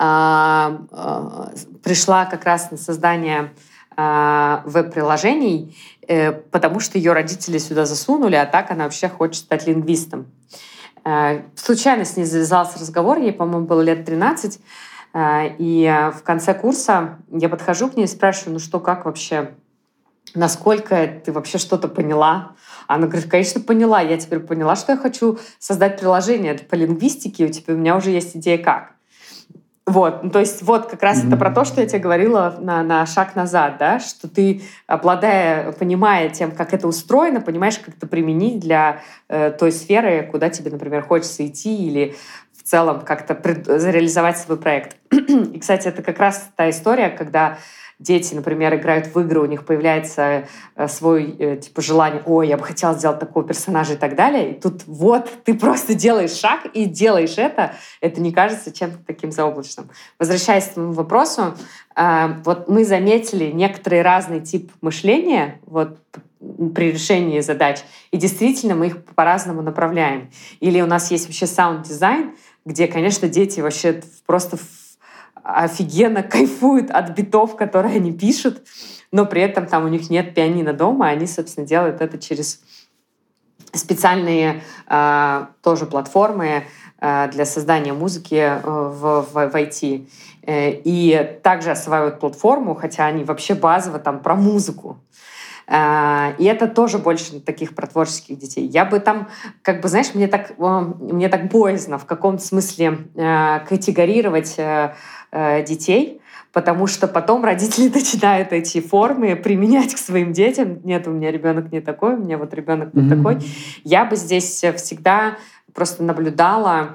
пришла как раз на создание веб-приложений, потому что ее родители сюда засунули, а так она вообще хочет стать лингвистом. Случайно с ней завязался разговор, ей, по-моему, было лет 13, и в конце курса я подхожу к ней и спрашиваю, ну что, как вообще, насколько ты вообще что-то поняла? Она говорит, конечно, поняла. Я теперь поняла, что я хочу создать приложение по лингвистике, у меня уже есть идея как. Вот, ну, то есть вот как раз это про то, что я тебе говорила на шаг назад, да, что ты, понимая тем, как это устроено, понимаешь, как это применить для той сферы, куда тебе, например, хочется идти или в целом как-то реализовать свой проект. И, кстати, это как раз та история, когда дети, например, играют в игры, у них появляется свой типа желание, ой, я бы хотела сделать такого персонажа и так далее. И тут вот ты просто делаешь шаг и делаешь это не кажется чем-то таким заоблачным. Возвращаясь к твоему вопросу, вот мы заметили некоторый разный тип мышления вот, при решении задач, и действительно мы их по-разному направляем. Или у нас есть вообще саунд-дизайн, где, конечно, дети вообще просто офигенно кайфуют от битов, которые они пишут, но при этом там у них нет пианино дома, они, собственно, делают это через специальные тоже платформы для создания музыки в IT. И также осваивают платформу, хотя они вообще базово там про музыку. И это тоже больше таких про творческих детей. Я бы там, как бы, знаешь, мне так боязно в каком-то смысле категорировать детей, потому что потом родители начинают эти формы применять к своим детям. Нет, у меня ребенок не такой, у меня вот ребенок не такой. Я бы здесь всегда просто наблюдала.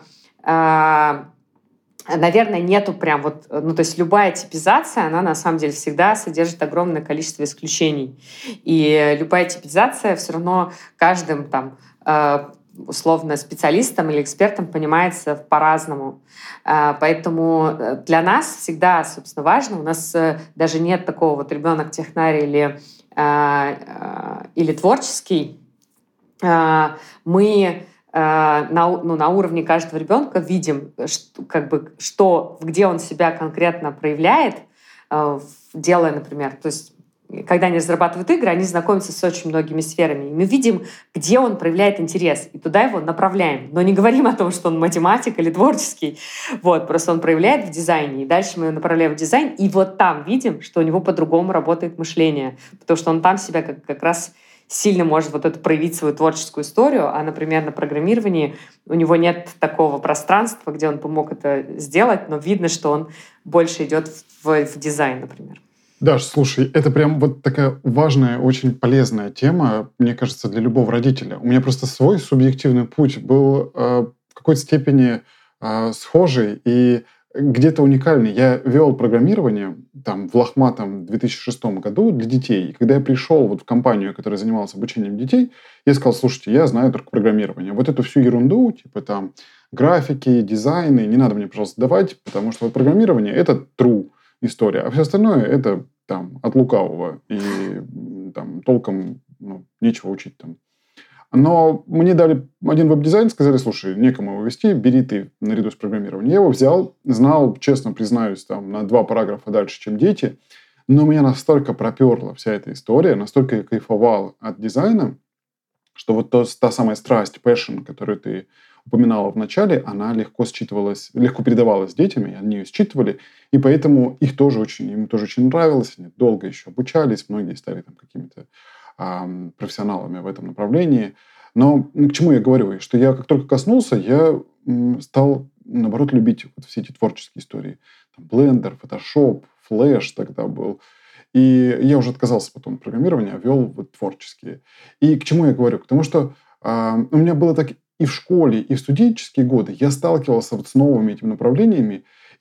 Наверное, нету прям вот... Ну, то есть любая типизация, она на самом деле всегда содержит огромное количество исключений. И любая типизация все равно каждым там условно специалистом или экспертом понимается по-разному. Поэтому для нас всегда, собственно, важно, у нас даже нет такого вот ребенок-технарий или творческий. Мы на уровне каждого ребенка видим, где он себя конкретно проявляет, делая, например, то есть когда они разрабатывают игры, они знакомятся с очень многими сферами. И мы видим, где он проявляет интерес, и туда его направляем. Но не говорим о том, что он математик или творческий. Вот, просто он проявляет в дизайне, и дальше мы его направляем в дизайн, и вот там видим, что у него по-другому работает мышление, потому что он там себя как раз сильно может вот это проявить свою творческую историю, а, например, на программировании у него нет такого пространства, где он бы мог это сделать, но видно, что он больше идет в дизайн, например. Даш, слушай, это прям вот такая важная, очень полезная тема, мне кажется, для любого родителя. У меня просто свой субъективный путь был в какой-то степени схожий и где-то уникальный. Я вел программирование там, в лохматом 2006 году для детей. И когда я пришел вот в компанию, которая занималась обучением детей, я сказал, слушайте, я знаю только программирование. Вот эту всю ерунду, типа там графики, дизайны, не надо мне, пожалуйста, давать, потому что вот программирование — это true история, а все остальное — это там от лукавого, и там толком нечего учить там. Но мне дали один веб-дизайн, сказали, слушай, некому его вести, бери ты наряду с программированием. Я его взял, знал, честно признаюсь, там, на 2 параграфа дальше, чем дети, но меня настолько проперла вся эта история, настолько я кайфовал от дизайна, что вот та самая страсть, passion, которую ты упоминала в начале, она легко передавалась детям, они ее считывали, и поэтому им тоже очень нравилось, они долго еще обучались, многие стали там какими-то профессионалами в этом направлении. Но к чему я говорю? Что я как только коснулся, я стал, наоборот, любить вот все эти творческие истории. Там Blender, Photoshop, Flash тогда был. И я уже отказался потом от программирования, а вел вот творческие. И к чему я говорю? К тому, что у меня было так и в школе, и в студенческие годы. Я сталкивался вот с новыми этими направлениями,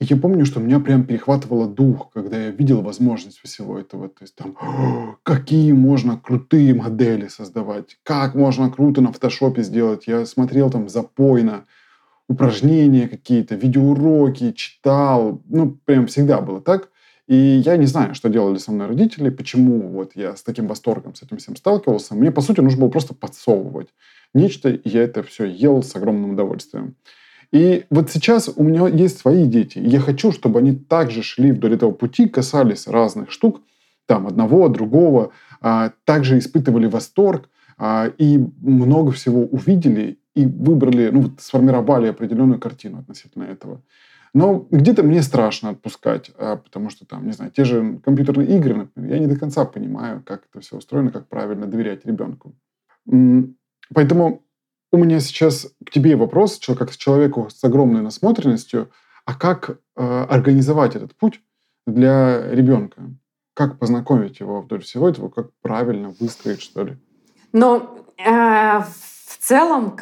И я помню, что меня прям перехватывало дух, когда я видел возможность всего этого. То есть там, какие можно крутые модели создавать, как можно круто на фотошопе сделать. Я смотрел там запойно, упражнения какие-то, видеоуроки, читал. Ну, прям всегда было так. И я не знаю, что делали со мной родители, почему вот я с таким восторгом с этим всем сталкивался. Мне, по сути, нужно было просто подсовывать нечто, и я это все ел с огромным удовольствием. И вот сейчас у меня есть свои дети, и я хочу, чтобы они также шли вдоль этого пути, касались разных штук, там, одного, другого, также испытывали восторг, и много всего увидели, и выбрали, ну, вот сформировали определенную картину относительно этого. Но где-то мне страшно отпускать, потому что там, не знаю, те же компьютерные игры, например, я не до конца понимаю, как это все устроено, как правильно доверять ребенку. Поэтому у меня сейчас к тебе вопрос, как к человеку с огромной насмотренностью, а как организовать этот путь для ребенка? Как познакомить его вдоль всего этого, как правильно выстроить, что ли? Ну, в целом,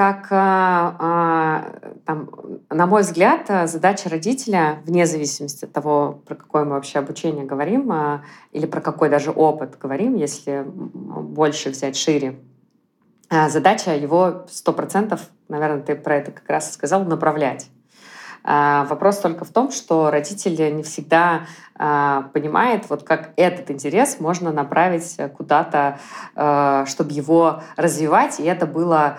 там, на мой взгляд, задача родителя, вне зависимости от того, про какое мы вообще обучение говорим, или про какой даже опыт говорим, если больше взять шире, задача его 100%, наверное, ты про это как раз и сказал, направлять. Вопрос только в том, что родитель не всегда понимает, вот как этот интерес можно направить куда-то, чтобы его развивать, и это было,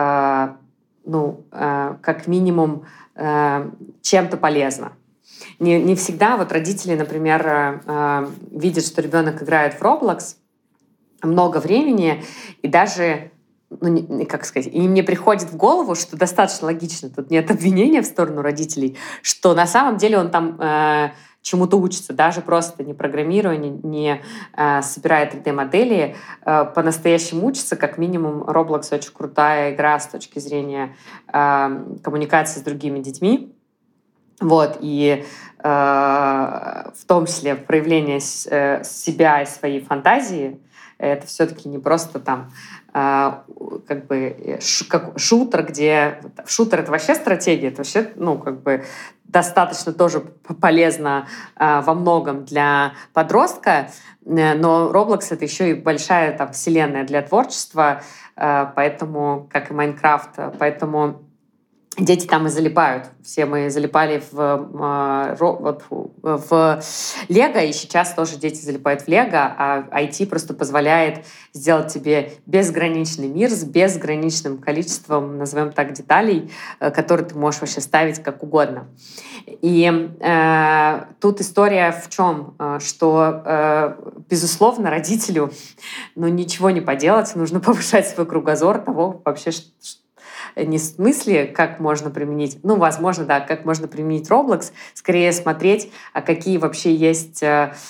как минимум, чем-то полезно. Не всегда вот родители, например, видят, что ребенок играет в Roblox много времени, и даже как сказать, им не приходит в голову, что достаточно логично, тут нет обвинения в сторону родителей, что на самом деле он там чему-то учится, даже просто не программируя, не собирая 3D-модели, по-настоящему учится. Как минимум, Roblox очень крутая игра с точки зрения коммуникации с другими детьми. Вот, и в том числе проявление себя и своей фантазии. Это все-таки не просто там как шутер, где... Шутер — это вообще стратегия, это вообще, достаточно тоже полезно во многом для подростка, но Roblox — это еще и большая там вселенная для творчества, поэтому, как и Майнкрафт, поэтому дети там и залипают. Все мы залипали в Лего, и сейчас тоже дети залипают в Лего, а IT просто позволяет сделать тебе безграничный мир с безграничным количеством, назовем так, деталей, которые ты можешь вообще ставить как угодно. И тут история в чем? Что, безусловно, родителю ничего не поделать, нужно повышать свой кругозор того вообще, не в смысле, как можно применить, возможно, да, как можно применить Roblox, скорее смотреть, а какие вообще есть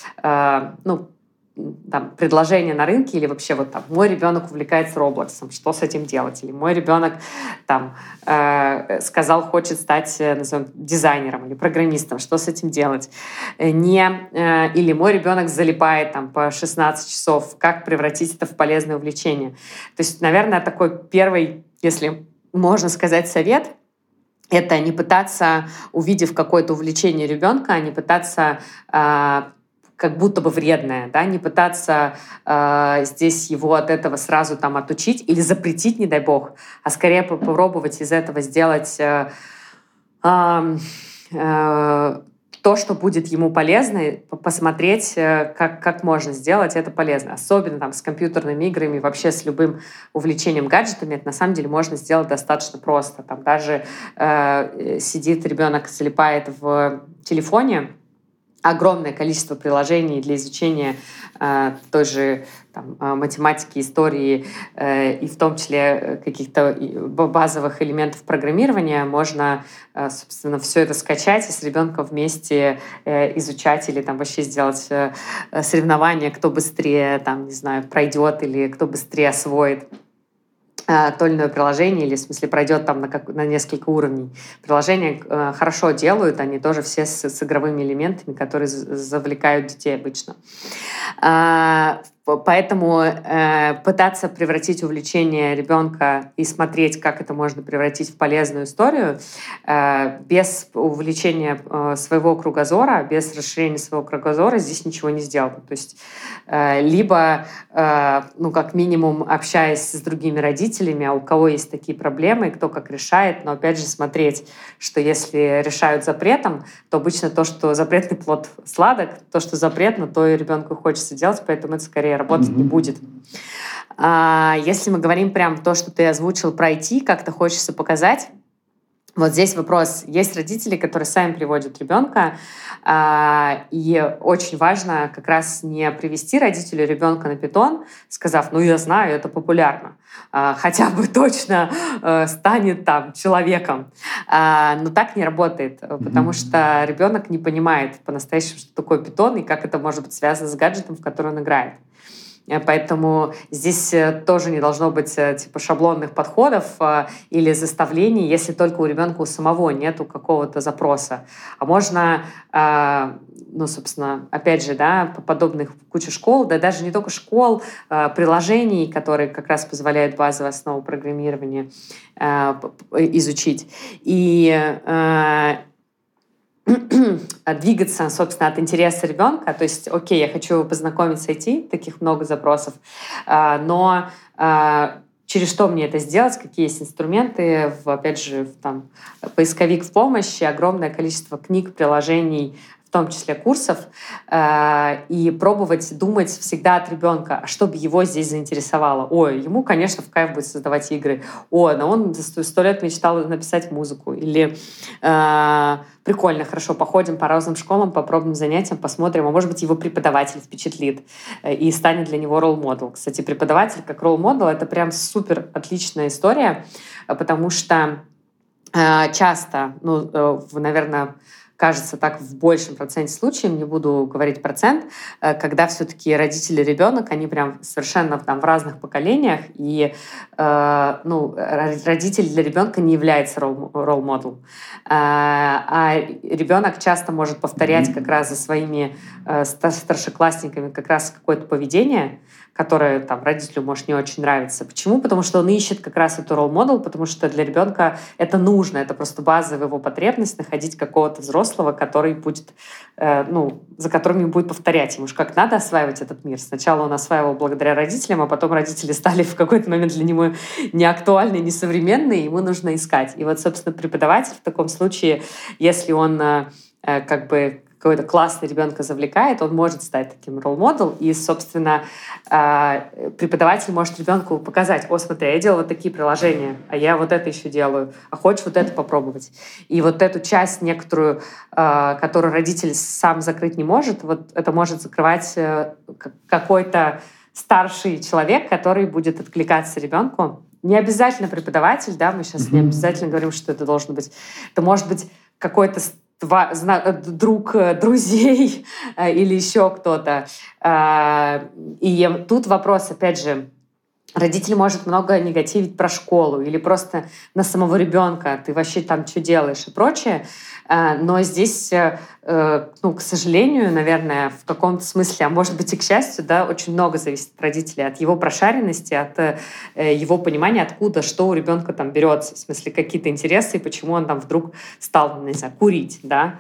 предложения на рынке, или вообще вот там мой ребенок увлекается Roblox, что с этим делать? Или мой ребенок там сказал, хочет стать, назовем, дизайнером или программистом, что с этим делать? Или мой ребенок залипает там по 16 часов, как превратить это в полезное увлечение? То есть, наверное, такой первый, если можно сказать, совет — это не пытаться, увидев какое-то увлечение ребенка, не пытаться как будто бы вредное, да, не пытаться здесь его от этого сразу там отучить или запретить, не дай бог, а скорее попробовать из этого сделать то, что будет ему полезно, посмотреть, как можно сделать это полезно. Особенно там с компьютерными играми, вообще с любым увлечением гаджетами, это на самом деле можно сделать достаточно просто. Там даже сидит ребенок, залипает в телефоне, огромное количество приложений для изучения той же математики, истории и в том числе каких-то базовых элементов программирования. Можно, собственно, все это скачать и с ребенком вместе изучать или там вообще сделать соревнования, кто быстрее, там, не знаю, пройдет или кто быстрее освоит то или иное приложение, или в смысле пройдет там на несколько уровней. Приложения хорошо делают, они тоже все с игровыми элементами, которые завлекают детей обычно. Поэтому пытаться превратить увлечение ребенка и смотреть, как это можно превратить в полезную историю, без увлечения своего кругозора, без расширения своего кругозора здесь ничего не сделано. То есть либо, как минимум, общаясь с другими родителями, а у кого есть такие проблемы, и кто как решает, но опять же смотреть, что если решают запретом, то обычно то, что запретный плод сладок, то, что запретно, то и ребенку хочется делать, поэтому это скорее работать не будет. Если мы говорим прям то, что ты озвучил про IT, как-то хочется показать, вот здесь вопрос. Есть родители, которые сами приводят ребенка, и очень важно как раз не привести родителю ребенка на питон, сказав, я знаю, это популярно, хотя бы точно станет там человеком. Но так не работает, потому что ребенок не понимает по-настоящему, что такое питон и как это может быть связано с гаджетом, в который он играет. Поэтому здесь тоже не должно быть типа шаблонных подходов или заставлений, если только у ребенка у самого нету какого-то запроса. А можно, собственно, опять же, да, подобных куча школ, да даже не только школ, приложений, которые как раз позволяют базовую основу программирования изучить. И двигаться, собственно, от интереса ребенка. То есть, окей, я хочу познакомиться с IT, таких много запросов, но через что мне это сделать, какие есть инструменты, опять же, поисковик в помощь, огромное количество книг, приложений, в том числе курсов, и пробовать думать всегда от ребенка, что бы его здесь заинтересовало. Ему, конечно, в кайф будет создавать игры. Но он 100 лет мечтал написать музыку. Или прикольно, хорошо, походим по разным школам, попробуем занятиям, посмотрим, а может быть, его преподаватель впечатлит и станет для него ролл-модел. Кстати, преподаватель как ролл-модел — это прям супер отличная история, потому что часто, наверное, кажется, так в большем проценте случаев, не буду говорить процент, когда все-таки родители и ребенок, они прям совершенно в разных поколениях, и родитель для ребенка не является ролл-моделом. А ребенок часто может повторять как раз за своими старшеклассниками как раз какое-то поведение, которое родителю может не очень нравиться. Почему? Потому что он ищет как раз эту ролл-модел, потому что для ребенка это нужно, это просто базовая его потребность находить какого-то взрослого, который будет, за которым ему будет повторять. Ему же как надо осваивать этот мир. Сначала он осваивал благодаря родителям, а потом родители стали в какой-то момент для него неактуальны, несовременные, ему нужно искать. И вот, собственно, преподаватель в таком случае, если он какой-то классный ребенка завлекает, он может стать таким ролл-моделом, и, собственно, преподаватель может ребенку показать: смотри, я делаю вот такие приложения, а я вот это еще делаю, а хочешь вот это попробовать? И вот эту часть некоторую, которую родитель сам закрыть не может, вот это может закрывать какой-то старший человек, который будет откликаться ребенку. Не обязательно преподаватель, да, мы сейчас не обязательно говорим, что это должен быть. Это может быть какой-то друг друзей или еще кто-то. И тут вопрос, опять же, родитель может много негативить про школу или просто на самого ребенка, ты вообще там что делаешь и прочее. Но здесь, к сожалению, наверное, в каком-то смысле, а может быть и к счастью, да, очень много зависит от родителя, от его прошаренности, от его понимания, откуда, что у ребенка там берется, в смысле какие-то интересы, и почему он там вдруг стал, не знаю, курить, да.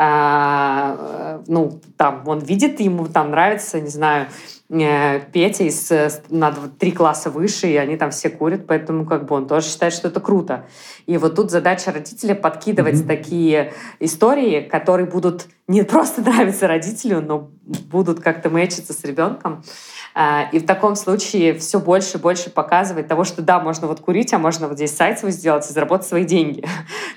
Он видит, ему там нравится, не знаю, Петя на 3 класса выше, и они там все курят, поэтому он тоже считает, что это круто. И вот тут задача родителя подкидывать такие истории, которые будут не просто нравиться родителю, но будут как-то мэчиться с ребенком. И в таком случае все больше и больше показывает того, что да, можно курить, а можно здесь сайт свой сделать и заработать свои деньги.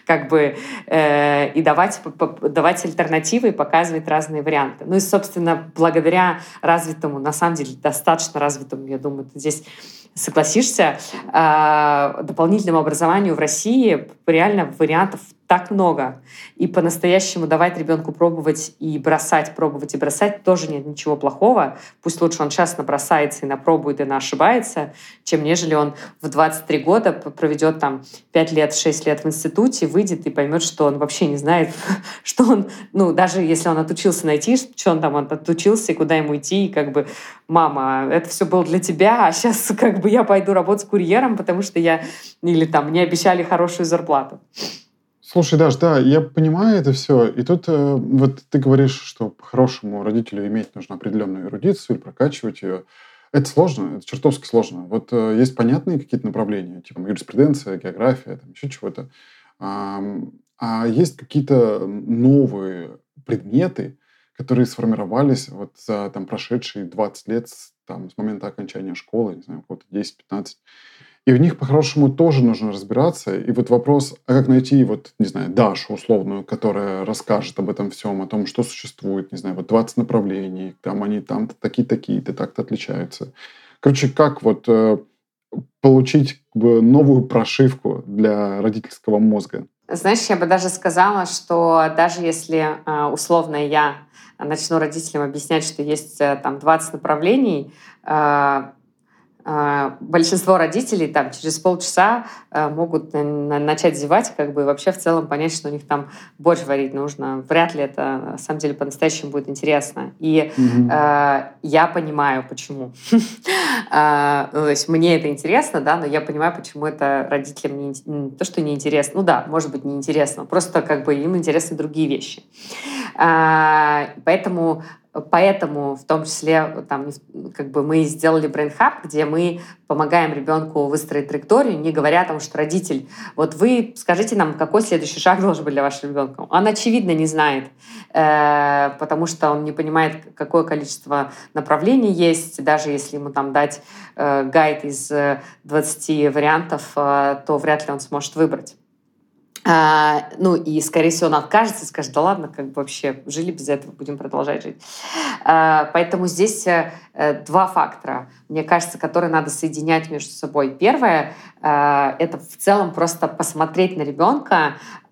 И давать альтернативы и показывать разные варианты. И, собственно, благодаря развитому, на самом деле, достаточно развитому, я думаю, ты здесь согласишься, дополнительному образованию в России реально вариантов так много. И по-настоящему давать ребенку пробовать и бросать, пробовать и бросать тоже нет ничего плохого. Пусть лучше он сейчас набросается и напробует, и наошибается, чем нежели он в 23 года проведет там 5 лет, 6 лет в институте, выйдет и поймет, что он вообще не знает, что он, ну, даже если он отучился найти, что он там отучился и куда ему идти, и как бы, мама, это все было для тебя, а сейчас как бы я пойду работать курьером, потому что или там мне обещали хорошую зарплату. Слушай, Даш, да, я понимаю это все. И тут вот ты говоришь, что по-хорошему родителю иметь нужно определенную эрудицию или прокачивать ее. Это сложно, это чертовски сложно. Вот есть понятные какие-то направления, типа юриспруденция, география, там еще чего-то. А есть какие-то новые предметы, которые сформировались вот за там, прошедшие 20 лет с момента окончания школы, не знаю, вот 10-15. И в них, по-хорошему, тоже нужно разбираться. И вот вопрос, а как найти, вот, не знаю, Дашу условную, которая расскажет об этом всем, о том, что существует, не знаю, вот 20 направлений, там они там-то такие-такие-то, так-то отличаются. Короче, как вот получить как бы, новую прошивку для родительского мозга? Знаешь, я бы даже сказала, что даже если условно я начну родителям объяснять, что есть там 20 направлений, большинство родителей там через полчаса могут начать зевать, как бы и вообще в целом понять, что у них там борщ варить нужно. Вряд ли это на самом деле по-настоящему будет интересно. И я понимаю, почему. То есть мне это интересно, да, но я понимаю, почему это родителям не то, что неинтересно. Ну да, может быть, неинтересно. Просто как бы им интересны другие вещи. Поэтому в том числе там, как бы мы сделали Brain Hub, где мы помогаем ребенку выстроить траекторию, не говоря о том, что родитель, вот вы скажите нам, какой следующий шаг должен быть для вашего ребенка. Он, очевидно, не знает, потому что он не понимает, какое количество направлений есть. Даже если ему там дать гайд из 20 вариантов, то вряд ли он сможет выбрать. Ну и, скорее всего, он откажется и скажет, да ладно, как бы вообще жили без этого, будем продолжать жить. Поэтому здесь два фактора, мне кажется, которые надо соединять между собой. Первое — это в целом просто посмотреть на ребенка,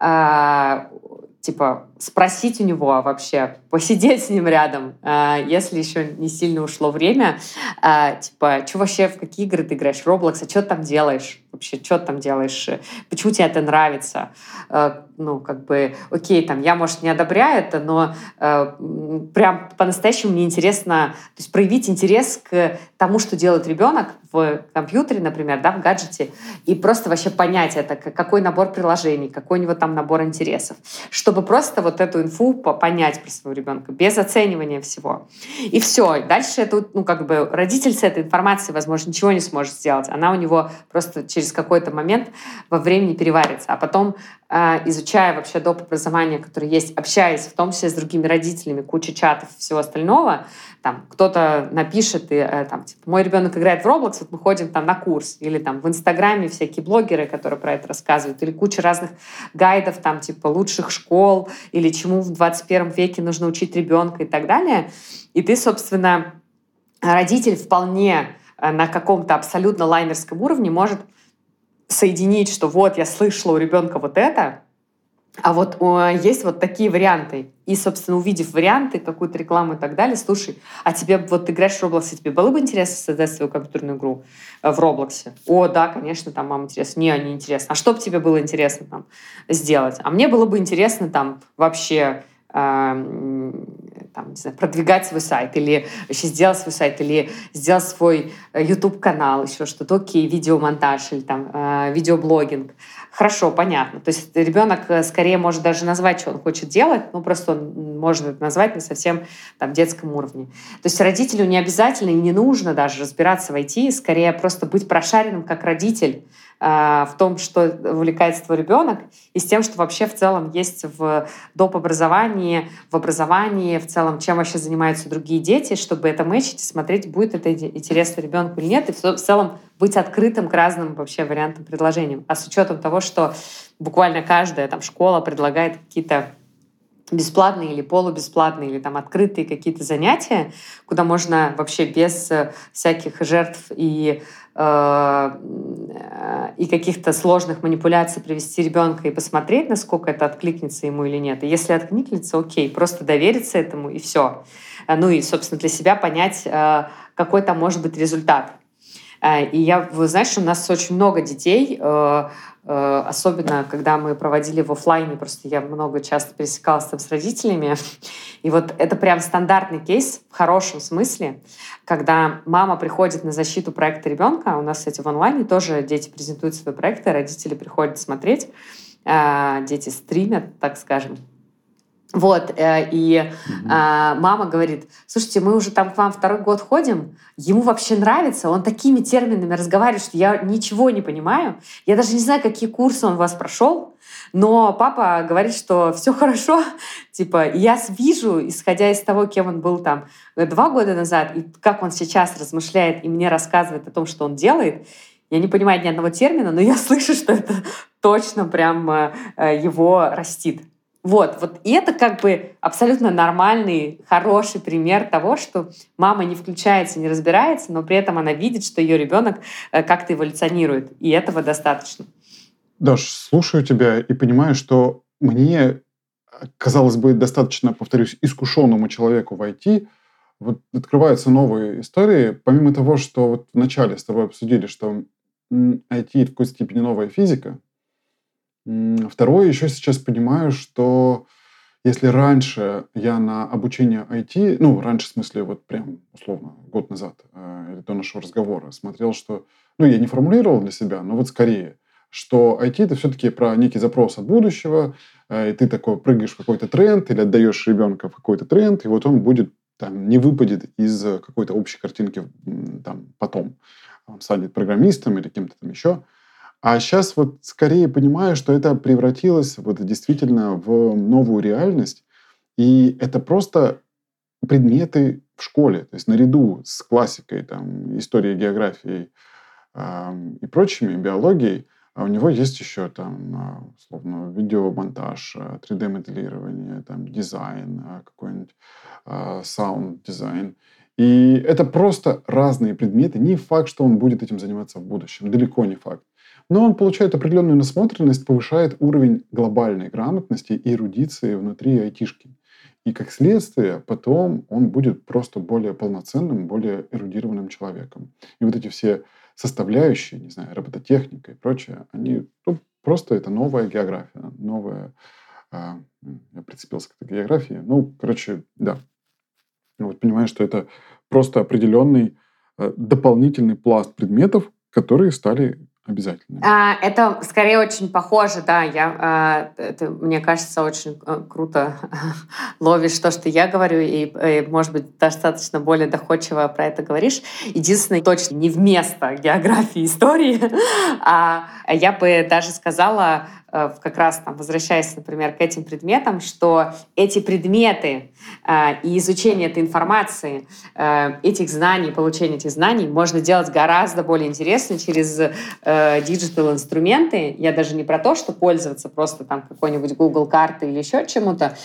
типа спросить у него вообще, посидеть с ним рядом, если еще не сильно ушло время, типа, что вообще, в какие игры ты играешь, Roblox, а что ты там делаешь? Вообще, что ты там делаешь? Почему тебе это нравится? Ну, как бы, окей, там, я, может, не одобряю это, но прям по-настоящему мне интересно, то есть проявить интерес к тому, что делает ребенок в компьютере, например, да, в гаджете, и просто вообще понять это, какой набор приложений, какой у него там набор интересов, чтобы просто вот эту инфу понять про своего ребенка, без оценивания всего. И все. Дальше это, ну, как бы родитель с этой информацией, возможно, ничего не сможет сделать. Она у него просто через какой-то момент во времени переварится. А потом, изучая вообще доп. Образование, которое есть, общаясь в том числе с другими родителями, куча чатов и всего остального, там кто-то напишет, и там, типа, мой ребенок играет в Roblox, вот мы ходим там на курс, или там в Инстаграме всякие блогеры, которые про это рассказывают, или куча разных гайдов, там, типа, лучших школ, или чему в 21 веке нужно учить ребенка и так далее. И ты, собственно, родитель вполне на каком-то абсолютно лайнерском уровне может соединить, что вот я слышала у ребенка вот это, а вот есть вот такие варианты. И, собственно, увидев варианты, какую-то рекламу и так далее, слушай, а тебе вот ты играешь в Roblox, и тебе было бы интересно создать свою компьютерную игру в Роблоксе? О, да, конечно, там, мам, интересно. Не интересно. А что бы тебе было интересно там сделать? А мне было бы интересно там вообще там, не знаю, продвигать свой сайт, или вообще сделать свой сайт, или сделать свой YouTube-канал, еще что-то, окей, видеомонтаж, или там видеоблогинг. Хорошо, понятно. То есть ребенок скорее может даже назвать, что он хочет делать, но просто он может это назвать на совсем там, детском уровне. То есть родителю не обязательно и не нужно даже разбираться в IT, скорее просто быть прошаренным как родитель в том, что увлекается твой ребенок, и с тем, что вообще в целом есть в доп. Образовании, в образовании, в целом, чем вообще занимаются другие дети, чтобы это мэчить и смотреть, будет это интересно ребенку или нет, и в целом быть открытым к разным вообще вариантам предложениям. А с учетом того, что буквально каждая там школа предлагает какие-то бесплатные или полубесплатные, или там открытые какие-то занятия, куда можно вообще без всяких жертв и каких-то сложных манипуляций привести ребенка и посмотреть, насколько это откликнется ему или нет. И если откликнется, окей, просто довериться этому и все. Ну и, собственно, для себя понять, какой там может быть результат. И вы знаешь, у нас очень много детей, особенно когда мы проводили в офлайне, просто я часто пересекалась там с родителями. И вот это прям стандартный кейс в хорошем смысле, когда мама приходит на защиту проекта ребенка. У нас, кстати, в онлайне тоже дети презентуют свои проекты, родители приходят смотреть, дети стримят, так скажем. Вот, и мама говорит: слушайте, мы уже там к вам 2-й год ходим, ему вообще нравится, он такими терминами разговаривает, что я ничего не понимаю, я даже не знаю, какие курсы он у вас прошел, но папа говорит, что все хорошо, типа, я вижу, исходя из того, кем он был там 2 года назад, и как он сейчас размышляет и мне рассказывает о том, что он делает, я не понимаю ни одного термина, но я слышу, что это точно прям его растит. Вот. И это как бы абсолютно нормальный, хороший пример того, что мама не включается, не разбирается, но при этом она видит, что ее ребенок как-то эволюционирует. И этого достаточно. Даш, слушаю тебя и понимаю, что мне, казалось бы, достаточно, повторюсь, искушенному человеку в IT, вот открываются новые истории. Помимо того, что вот вначале с тобой обсудили, что IT — это в какой-то степени новая физика. Второе, еще сейчас понимаю, что если раньше я на обучение IT, раньше в смысле вот прям условно год назад, или до нашего разговора, смотрел, что, я не формулировал для себя, но вот скорее, что IT — это все-таки про некий запрос от будущего, и ты такой прыгаешь в какой-то тренд или отдаешь ребенка в какой-то тренд, и вот он будет там не выпадет из какой-то общей картинки там потом. Он станет программистом или кем-то там еще. А сейчас вот скорее понимаю, что это превратилось вот действительно в новую реальность. И это просто предметы в школе. То есть наряду с классикой, там, историей, географией и прочими, биологией, а у него есть еще там, условно, видеомонтаж, 3D-моделирование, там, дизайн, какой-нибудь саунд-дизайн. И это просто разные предметы. Не факт, что он будет этим заниматься в будущем. Далеко не факт. Но он получает определенную насмотренность, повышает уровень глобальной грамотности и эрудиции внутри айтишки. И как следствие, потом он будет просто более полноценным, более эрудированным человеком. И вот эти все составляющие, не знаю, робототехника и прочее, они просто это новая география, новая... я прицепился к этой географии. Да. Вот понимаю, что это просто определенный дополнительный пласт предметов, которые стали обязательными. Это скорее очень похоже, да. Это, мне кажется, очень круто ловишь то, что я говорю, и, может быть, достаточно более доходчиво про это говоришь. Единственное, точно не вместо географии и истории, а я бы даже сказала, как раз там, возвращаясь, например, к этим предметам, что эти предметы и изучение этой информации, этих знаний, получение этих знаний можно делать гораздо более интересно через диджитал-инструменты. Я даже не про то, что пользоваться просто там какой-нибудь Google картой или еще чему-то,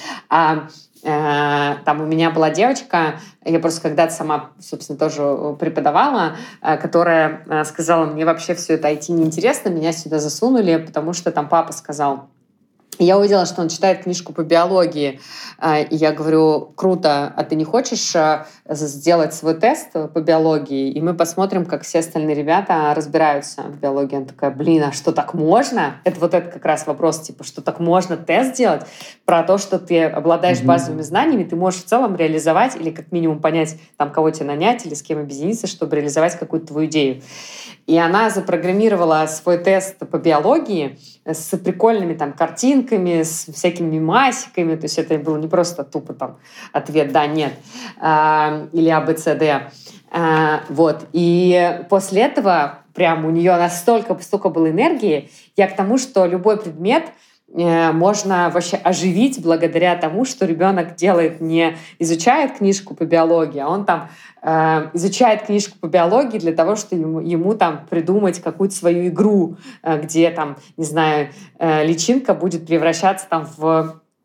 там у меня была девочка, я просто когда-то сама, собственно, тоже преподавала, которая сказала: мне вообще все это IT неинтересно, меня сюда засунули, потому что там папа сказал. И я увидела, что он читает книжку по биологии, и я говорю: круто, а ты не хочешь сделать свой тест по биологии, и мы посмотрим, как все остальные ребята разбираются в биологии. Она такая: блин, а что, так можно? Это как раз вопрос, типа, что так можно тест делать про то, что ты обладаешь базовыми знаниями, ты можешь в целом реализовать или как минимум понять, там, кого тебе нанять или с кем объединиться, чтобы реализовать какую-то твою идею. И она запрограммировала свой тест по биологии с прикольными там картинками, с всякими мемасиками. То есть это было не просто тупо там ответ «да», «нет» или «а», «б», «с», «д». Вот. И после этого прям у нее столько было энергии. Я к тому, что любой предмет можно вообще оживить благодаря тому, что ребенок делает, не изучает книжку по биологии, а он там изучает книжку по биологии для того, чтобы ему там придумать какую-то свою игру, где там, не знаю, личинка будет превращаться там в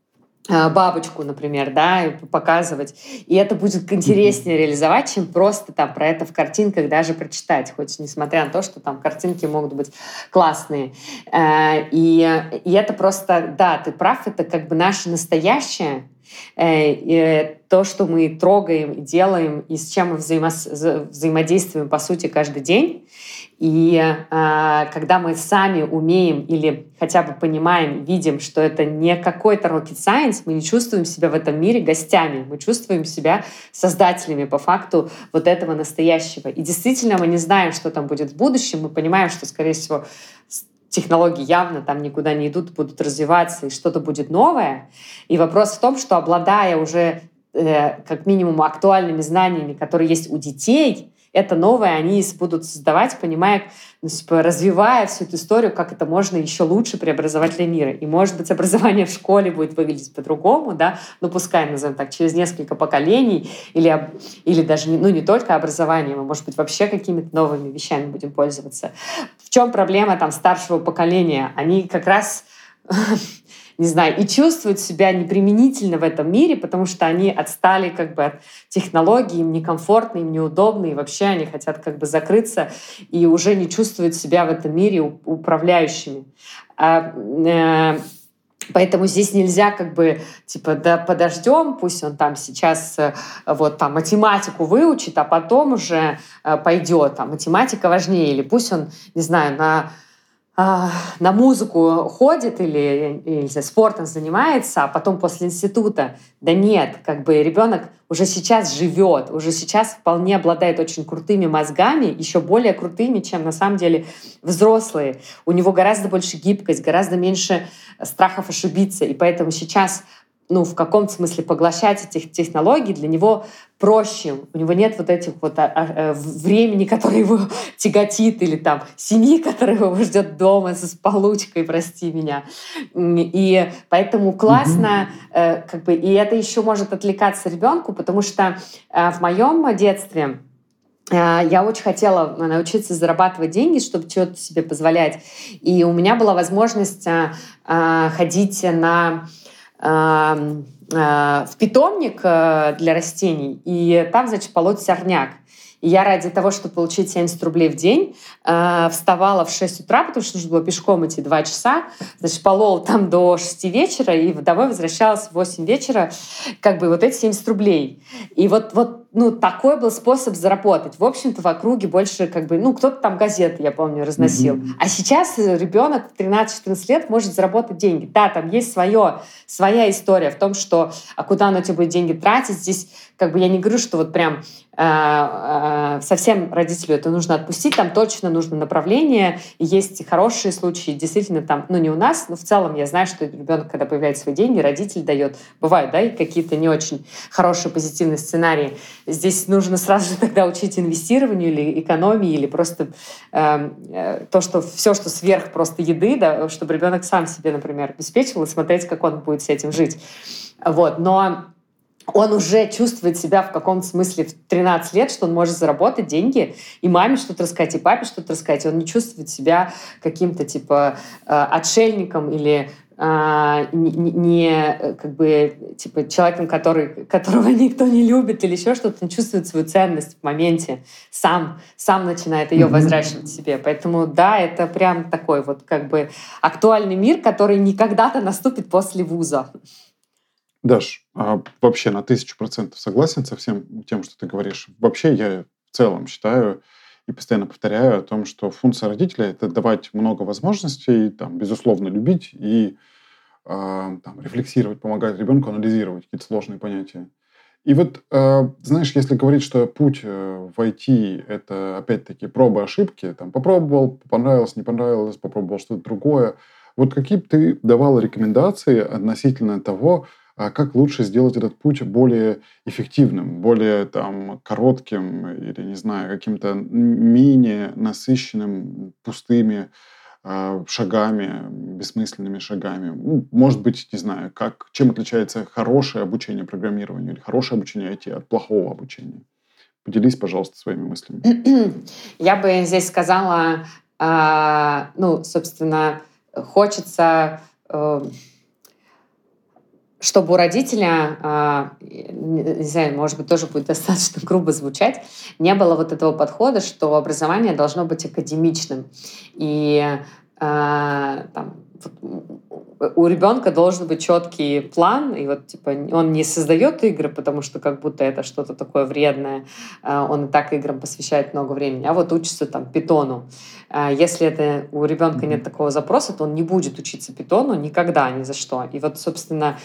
бабочку, например, да, и показывать. И это будет интереснее реализовать, чем просто там про это в картинках даже прочитать, хоть несмотря на то, что там картинки могут быть классные. И это просто, да, ты прав, это как бы наше настоящее, то, что мы трогаем и делаем, и с чем мы взаимодействуем, по сути, каждый день. И когда мы сами умеем или хотя бы понимаем, видим, что это не какой-то rocket science, мы не чувствуем себя в этом мире гостями, мы чувствуем себя создателями по факту вот этого настоящего. И действительно мы не знаем, что там будет в будущем, мы понимаем, что, скорее всего, технологии явно там никуда не идут, будут развиваться, и что-то будет новое. И вопрос в том, что, обладая уже как минимум актуальными знаниями, которые есть у детей, это новое они будут создавать, понимая, развивая всю эту историю, как это можно еще лучше преобразовать для мира. И, может быть, образование в школе будет выглядеть по-другому, да, ну, пускай, назовем так, через несколько поколений, или даже не только образованием, а, может быть, вообще какими-то новыми вещами будем пользоваться. В чем проблема там старшего поколения? Они как раз не знаю, и чувствуют себя неприменительно в этом мире, потому что они отстали как бы от технологий, им некомфортно, им неудобно, и вообще они хотят как бы закрыться и уже не чувствуют себя в этом мире управляющими. Поэтому здесь нельзя как бы, типа, да подождем, пусть он там сейчас вот там математику выучит, а потом уже пойдет. А математика важнее. Или пусть он, не знаю, на музыку ходит или спортом занимается, а потом после института. Да нет, как бы ребенок уже сейчас живет, уже сейчас вполне обладает очень крутыми мозгами, еще более крутыми, чем на самом деле взрослые. У него гораздо больше гибкость, гораздо меньше страхов ошибиться, и поэтому сейчас в каком-то смысле поглощать этих технологий для него проще. У него нет вот этих вот времени, которое его тяготит, или там семьи, которая его ждет дома с получкой, прости меня. И поэтому классно, как бы, и это еще может отвлекаться ребенку, потому что в моем детстве я очень хотела научиться зарабатывать деньги, чтобы что-то себе позволять. И у меня была возможность ходить в питомник для растений, и там, значит, полоть сорняк. И я ради того, чтобы получить 70 рублей в день, вставала в 6 утра, потому что нужно было пешком идти 2 часа, значит, полола там до 6 вечера, и домой возвращалась в 8 вечера, как бы вот эти 70 рублей. И вот такой был способ заработать. В общем-то, в округе больше как бы, кто-то там газеты, я помню, разносил. А сейчас ребенок в 13-14 лет может заработать деньги. Да, там есть своя история в том, что куда он эти будет деньги тратить. Здесь как бы я не говорю, что вот прям совсем родителю это нужно отпустить, там точно нужно направление. И есть хорошие случаи, действительно там, не у нас, но в целом я знаю, что ребенок, когда появляются свои деньги, родитель дает. Бывают, да, и какие-то не очень хорошие позитивные сценарии. Здесь нужно сразу же тогда учить инвестированию или экономии, или просто все, что сверх просто еды, да, чтобы ребенок сам себе, например, обеспечил, и смотреть, как он будет с этим жить. Вот. Но он уже чувствует себя в каком-то смысле в 13 лет, что он может заработать деньги, и маме что-то рассказать, и папе что-то рассказать. И он не чувствует себя каким-то типа отшельником или не как бы типа человеком, которого никто не любит или еще что-то. Он чувствует свою ценность в моменте, сам начинает ее возращивать себе. Поэтому да, это прям такой вот как бы актуальный мир, который не когда-то наступит после вуза. Даш, вообще на 1000% согласен со всем тем, что ты говоришь. Вообще я в целом считаю и постоянно повторяю о том, что функция родителя — это давать много возможностей, там, безусловно, любить и рефлексировать, помогать ребенку анализировать какие-то сложные понятия. И вот, знаешь, если говорить, что путь в IT — это, опять-таки, пробы, ошибки, там, попробовал, понравилось, не понравилось, попробовал что-то другое. Вот какие бы ты давал рекомендации относительно того, как лучше сделать этот путь более эффективным, более коротким или, не знаю, каким-то менее насыщенным, пустыми шагами, бессмысленными шагами. Может быть, не знаю, чем отличается хорошее обучение программированию или хорошее обучение IT от плохого обучения. Поделись, пожалуйста, своими мыслями. Я бы здесь сказала, собственно, хочется чтобы у родителя, не знаю, может быть, тоже будет достаточно грубо звучать, не было вот этого подхода, что образование должно быть академичным. И там, у ребенка должен быть четкий план, и вот типа он не создает игры, потому что как будто это что-то такое вредное, он и так играм посвящает много времени, а вот учится там питону. Если это у ребенка нет такого запроса, то он не будет учиться питону никогда, ни за что. И вот, собственно,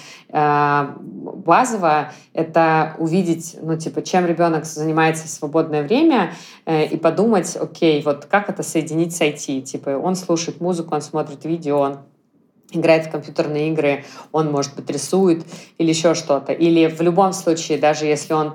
базово это увидеть, ну, типа, чем ребенок занимается в свободное время, и подумать, окей, вот как это соединить с IT? Типа, он слушает музыку, он смотрит видео, он играет в компьютерные игры, он, может быть, рисует или еще что-то. Или в любом случае, даже если он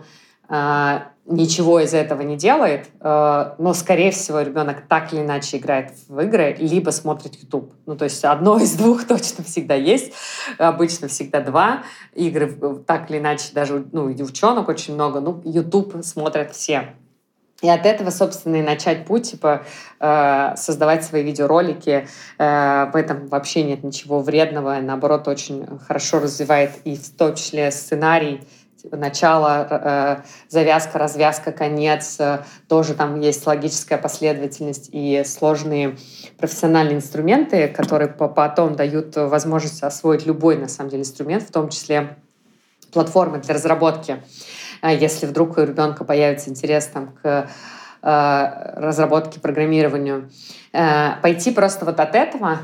ничего из этого не делает, но, скорее всего, ребенок так или иначе играет в игры, либо смотрит YouTube. Ну, то есть одно из двух точно всегда есть. Обычно всегда два. Игры так или иначе, даже и девчонок очень много. Ну, YouTube смотрят все. И от этого, собственно, и начать путь, типа, создавать свои видеоролики. В этом вообще нет ничего вредного. Наоборот, очень хорошо развивает и в том числе сценарий, типа, начало, завязка, развязка, конец. Тоже там есть логическая последовательность и сложные профессиональные инструменты, которые потом дают возможность освоить любой, на самом деле, инструмент, в том числе платформы для разработки. Если вдруг у ребенка появится интерес там, к разработке, программированию, пойти просто вот от этого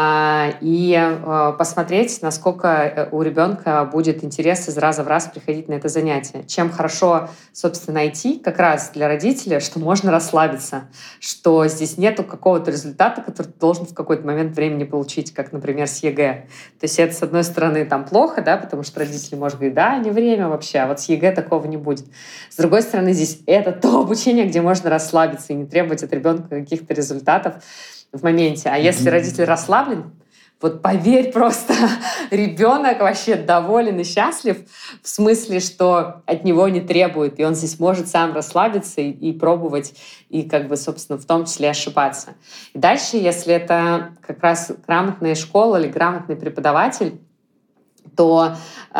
и посмотреть, насколько у ребенка будет интерес из раза в раз приходить на это занятие. Чем хорошо, собственно, найти как раз для родителя, что можно расслабиться, что здесь нету какого-то результата, который ты должен в какой-то момент времени получить, как, например, с ЕГЭ. То есть это, с одной стороны, там плохо, да, потому что родители, может, говорить, да, не время вообще, а вот с ЕГЭ такого не будет. С другой стороны, здесь это то обучение, где можно расслабиться и не требовать от ребенка каких-то результатов в моменте. А если родитель расслаблен, вот поверь просто, ребенок вообще доволен и счастлив в смысле, что от него не требует, и он здесь может сам расслабиться и пробовать, и как бы, собственно, в том числе ошибаться. И дальше, если это как раз грамотная школа или грамотный преподаватель, то,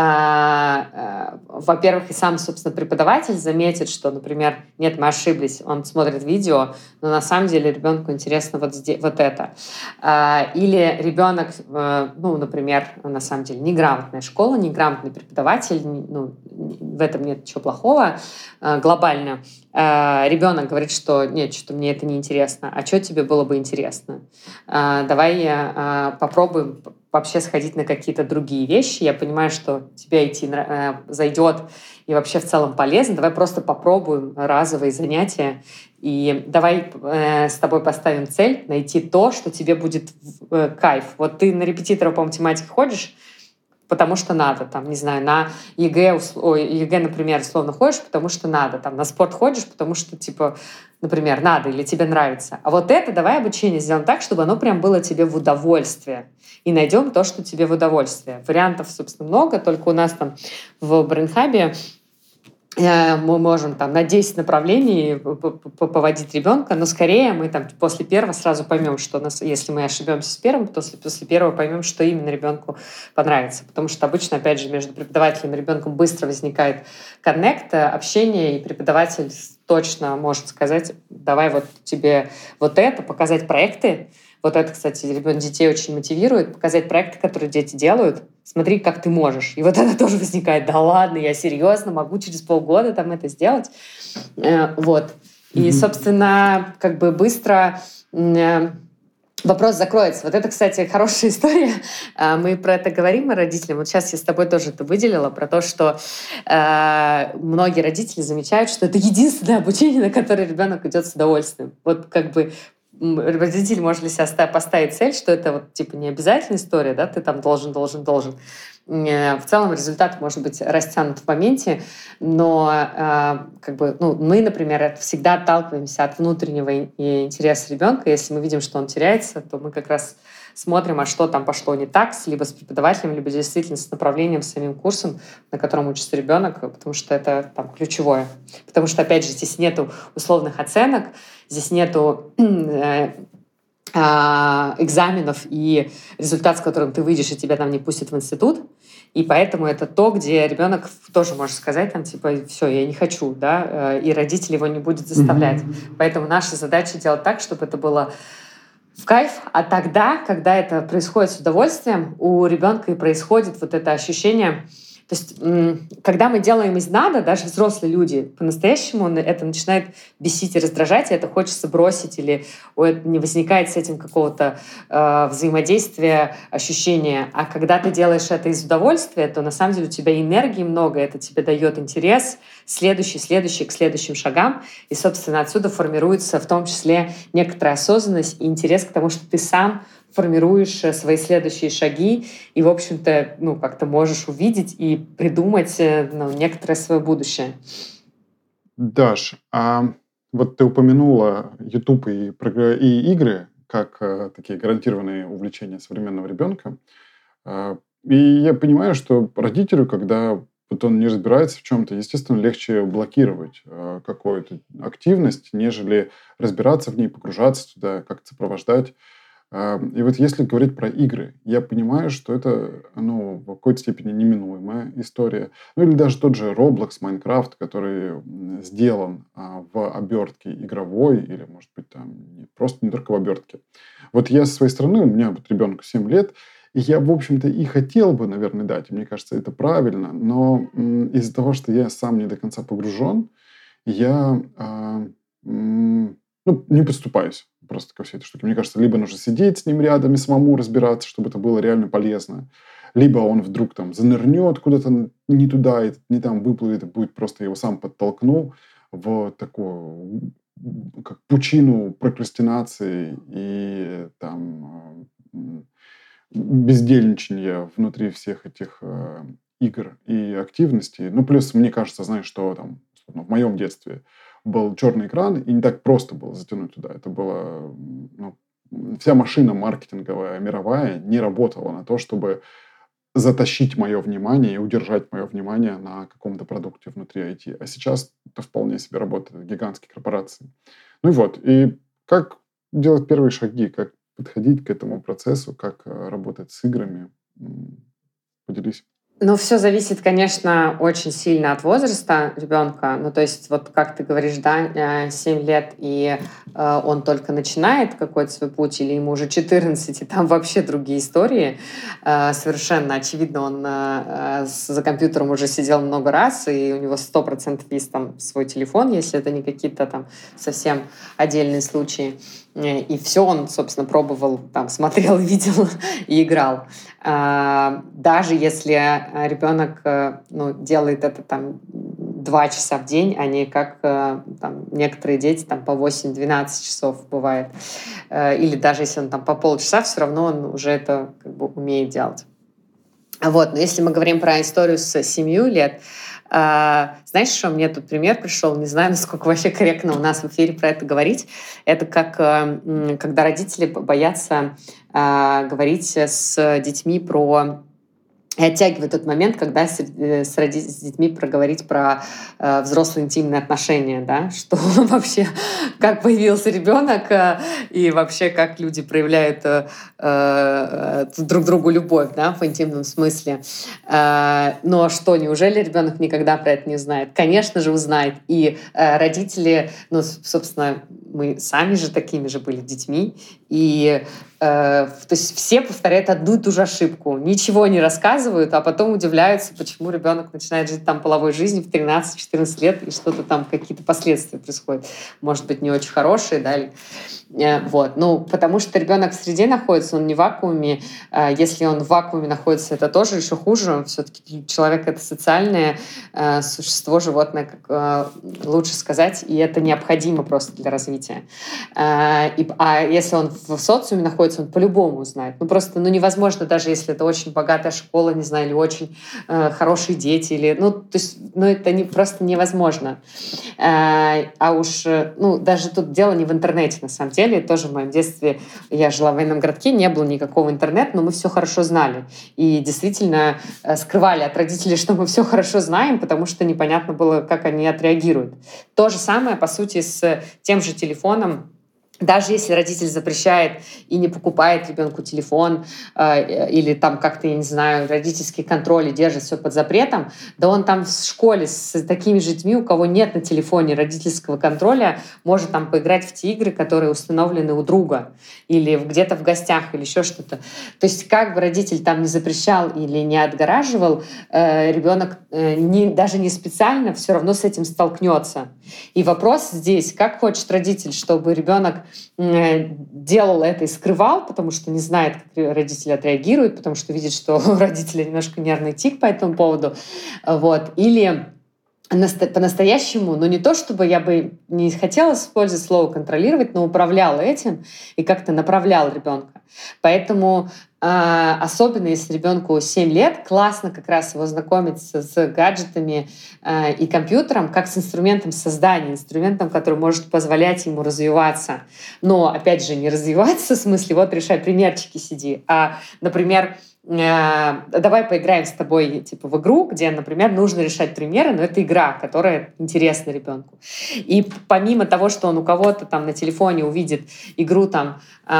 во-первых, и сам, собственно, преподаватель заметит, что, например, нет, мы ошиблись, он смотрит видео, но на самом деле ребенку интересно вот это. Или ребенок, ну, например, на самом деле неграмотная школа, неграмотный преподаватель, ну, в этом нет ничего плохого, глобально. Ребенок говорит, что нет, что-то мне это не интересно. А что тебе было бы интересно? Давай попробуем вообще сходить на какие-то другие вещи. Я понимаю, что тебе идти зайдет и вообще в целом полезно. Давай просто попробуем разовые занятия. И давай с тобой поставим цель найти то, что тебе будет кайф. Вот ты на репетитора по математике ходишь, потому что надо, там, не знаю, на ЕГЭ, например, условно ходишь, потому что надо, там, на спорт ходишь, потому что, типа, например, надо или тебе нравится. А вот это давай обучение сделаем так, чтобы оно прям было тебе в удовольствие. И найдем то, что тебе в удовольствие. Вариантов, собственно, много, только у нас там в Брейнхабе мы можем там на 10 направлений поводить ребенка, но скорее мы там после первого сразу поймем, что если мы ошибемся с первым, то после первого поймем, что именно ребенку понравится. Потому что обычно, опять же, между преподавателем и ребенком быстро возникает коннект, общение, и преподаватель точно может сказать, давай вот тебе вот это, показать проекты. Вот это, кстати, детей очень мотивирует, показать проекты, которые дети делают. Смотри, как ты можешь. И вот это тоже возникает. Да ладно, я серьезно могу через полгода там это сделать. Вот. И, собственно, как бы быстро вопрос закроется. Вот это, кстати, хорошая история. Мы про это говорим родителям. Вот сейчас я с тобой тоже это выделила, про то, что многие родители замечают, что это единственное обучение, на которое ребенок идет с удовольствием. Вот как бы родитель может для себя поставить цель, что это вот типа не обязательная история, да, ты там должен. В целом результат может быть растянут в моменте, но как бы, ну, мы, например, всегда отталкиваемся от внутреннего интереса ребенка. Если мы видим, что он теряется, то мы как раз смотрим, а что там пошло не так, либо с преподавателем, либо действительно с направлением, с самим курсом, на котором учится ребенок, потому что это там ключевое. Потому что, опять же, здесь нету условных оценок, здесь нету экзаменов и результат, с которым ты выйдешь, и тебя там не пустят в институт. И поэтому это то, где ребенок тоже может сказать, там, типа, все, я не хочу, да, и родитель его не будет заставлять. Поэтому наша задача делать так, чтобы это было в кайф, а тогда, когда это происходит с удовольствием, у ребенка и происходит вот это ощущение. То есть, когда мы делаем из надо, даже взрослые люди, по-настоящему это начинает бесить и раздражать, и это хочется бросить, или не возникает с этим какого-то взаимодействия, ощущения. А когда ты делаешь это из удовольствия, то на самом деле у тебя энергии много, это тебе дает интерес, следующий к следующим шагам. И, собственно, отсюда формируется в том числе некоторая осознанность и интерес к тому, что ты сам формируешь свои следующие шаги и, в общем-то, как-то можешь увидеть и придумать некоторое свое будущее. Даш, а вот ты упомянула YouTube и игры как такие гарантированные увлечения современного ребенка. И я понимаю, что родителю, когда вот он не разбирается в чем-то, естественно, легче блокировать какую-то активность, нежели разбираться в ней, погружаться туда, как-то сопровождать. И вот если говорить про игры, я понимаю, что это, в какой-то степени неминуемая история. Ну или даже тот же Roblox, Minecraft, который сделан в обертке игровой или, может быть, там просто не только в обертке. Вот я со своей стороны, у меня вот ребенку 7 лет, и я, в общем-то, и хотел бы, наверное, дать, и мне кажется, это правильно, но из-за того, что я сам не до конца погружен, я не подступаюсь просто ко всей этой штуке. Мне кажется, либо нужно сидеть с ним рядом и самому разбираться, чтобы это было реально полезно, либо он вдруг там занырнет куда-то не туда, и не там выплывет, и будет просто его сам подтолкнул в такую как пучину прокрастинации и там бездельничания внутри всех этих игр и активностей. Ну, плюс, мне кажется, знаешь, что там в моем детстве был черный экран, и не так просто было затянуть туда. Это было... вся машина маркетинговая, мировая, не работала на то, чтобы затащить мое внимание и удержать мое внимание на каком-то продукте внутри IT. А сейчас это вполне себе работает. Гигантские корпорации. Ну и вот. И как делать первые шаги, как подходить к этому процессу, как работать с играми? Поделись. Все зависит, конечно, очень сильно от возраста ребенка. То есть, вот как ты говоришь, да, 7 лет, и он только начинает какой-то свой путь, или ему уже 14, и там вообще другие истории. Совершенно очевидно, он за компьютером уже сидел много раз, и у него 100% есть там свой телефон, если это не какие-то там совсем отдельные случаи. И все он, собственно, пробовал, там, смотрел, видел и играл. Даже если ребенок делает это там 2 часа в день, а не как там, некоторые дети там, по 8-12 часов бывает. Или даже если он там по полчаса, все равно он уже это как бы умеет делать. Но если мы говорим про историю с 7 лет, знаешь, что мне тут пример пришел, не знаю, насколько вообще корректно у нас в эфире про это говорить. Это как когда родители боятся говорить с детьми про... И оттягивать тот момент, когда с детьми проговорить про взрослые интимные отношения, да, что вообще, как появился ребенок, и вообще, как люди проявляют друг другу любовь, да, в интимном смысле. Но что, неужели ребенок никогда про это не узнает? Конечно же, узнает. И родители, собственно, мы сами же такими же были детьми, и то есть все повторяют одну и ту же ошибку. Ничего не рассказывают, а потом удивляются, почему ребенок начинает жить там половой жизнью в 13-14 лет, и что-то там, какие-то последствия происходят. Может быть, не очень хорошие, да, потому что ребенок в среде находится, он не в вакууме. Если он в вакууме находится, это тоже еще хуже. Все-таки человек — это социальное существо, животное, как лучше сказать, и это необходимо просто для развития. А если он в социуме находится, он по-любому узнает. Просто невозможно, даже если это очень богатая школа, не знаю, или очень хорошие дети, или, это просто невозможно. Даже тут дело не в интернете, на самом деле. Тоже в моем детстве я жила в военном городке, не было никакого интернета, но мы все хорошо знали. И действительно скрывали от родителей, что мы все хорошо знаем, потому что непонятно было, как они отреагируют. То же самое, по сути, с тем же телефоном, Даже если родитель запрещает и не покупает ребенку телефон, или там как-то, я не знаю, родительский контроль и держит все под запретом, да он там в школе с такими же детьми, у кого нет на телефоне родительского контроля, может там поиграть в те игры, которые установлены у друга, или где-то в гостях, или еще что-то. То есть как бы родитель там не запрещал или не отгораживал, ребенок даже не специально все равно с этим столкнется. И вопрос здесь, как хочет родитель, чтобы ребенок делал это и скрывал, потому что не знает, как родители отреагируют, потому что видит, что у родителя немножко нервный тик по этому поводу. Вот. Или по-настоящему, но не то, чтобы я бы не хотела использовать слово «контролировать», но управляла этим и как-то направляла ребенка. Поэтому особенно если ребенку 7 лет, классно как раз его знакомиться с гаджетами и компьютером как с инструментом создания, инструментом, который может позволять ему развиваться. Но, опять же, не развиваться в смысле вот решай примерчики, сиди, а, например, давай поиграем с тобой типа в игру, где, например, нужно решать примеры, но это игра, которая интересна ребенку. И помимо того, что он у кого-то там на телефоне увидит игру там,